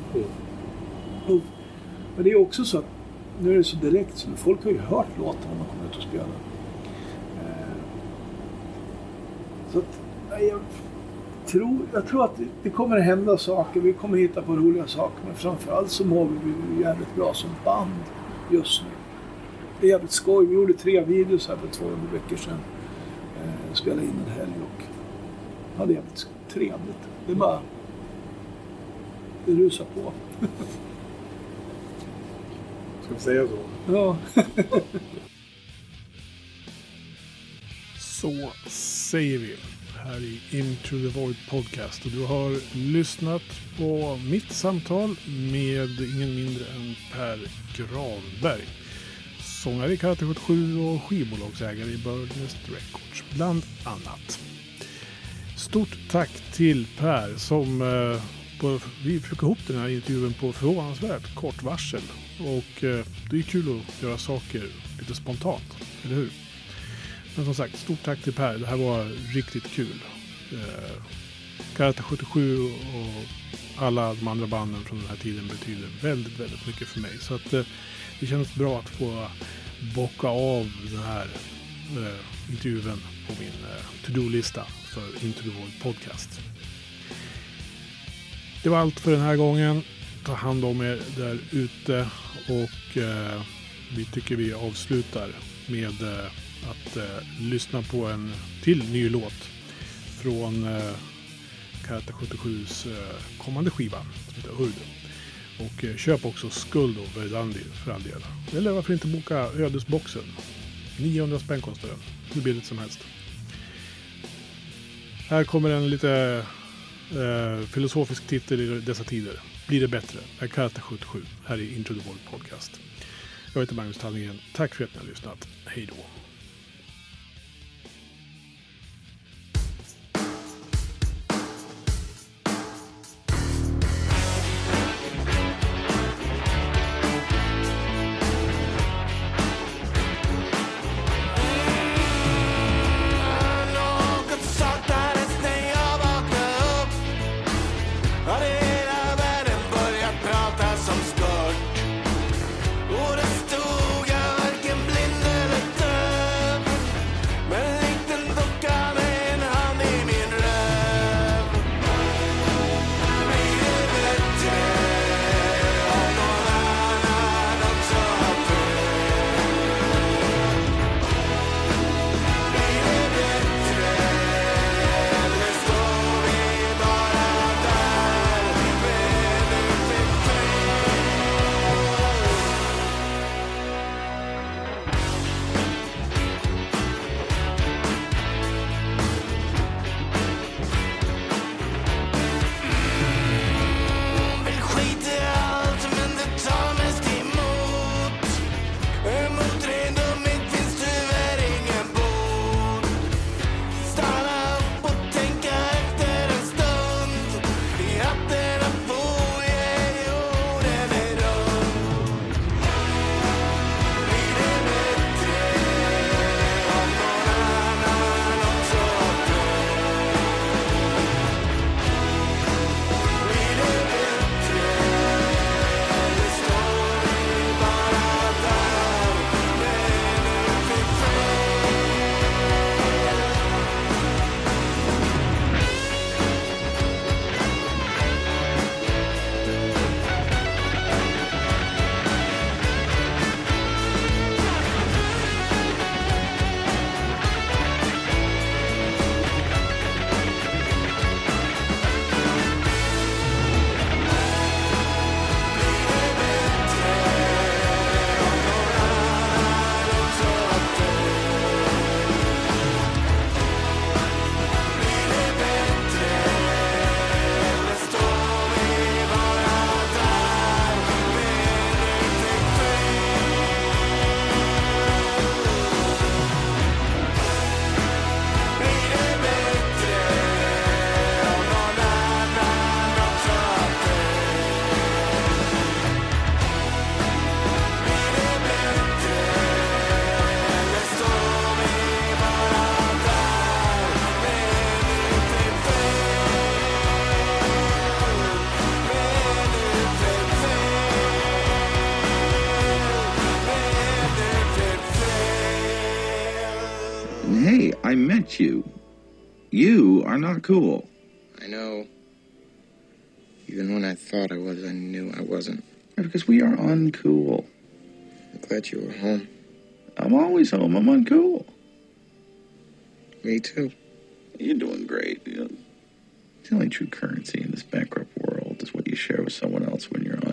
Men det är också så att nu är det så direkt så folk har ju hört låtarna när man kommer ut och spelar. Så att jag tror att det kommer att hända saker. Vi kommer hitta på roliga saker. Men framförallt så mår vi jävligt bra som band just nu. Det är jävligt skoj. Vi gjorde 3 videos här för 200 veckor sedan. Spelade in en helg och hade jävligt trevligt. Det är bara det rusar på. Ska vi säga så? Ja. Så säger vi här i Into the Void podcast. Och du har lyssnat på mitt samtal med ingen mindre än Per Granberg. Sångare i Karate 77 och skivbolagsägare i Birdnest Records bland annat. Stort tack till Per som vi fick ihop den här intervjun på förvånansvärt kort varsel. Och det är kul att göra saker lite spontant, eller hur? Men som sagt, stort tack till Per. Det här var riktigt kul. Karate 77 och alla de andra banden från den här tiden betyder väldigt, väldigt mycket för mig. Så att det känns bra att få bocka av den här intervjun på min to-do-lista för Into the Void podcast. Det var allt för den här gången. Ta hand om er där ute och vi tycker vi avslutar med att lyssna på en till ny låt från Karate 77s kommande skiva som heter Urd. Och köp också Skuld och Verdandi för all del. Eller varför inte boka Ödesboxen? 900 spänn kostar den. Hur billigt som helst. Här kommer en lite filosofisk titel i dessa tider. Blir det bättre? Är Karate 77 här i Into the Void podcast. Jag heter Magnus Tallingen. Tack för att ni har lyssnat. Hej då. Hey, I met you. You are not cool. I know. Even when I thought I was, I knew I wasn't. Because we are uncool. I'm glad you were home. I'm always home. I'm uncool. Me too. You're doing great. You know, the only true currency in this bankrupt world is what you share with someone else when you're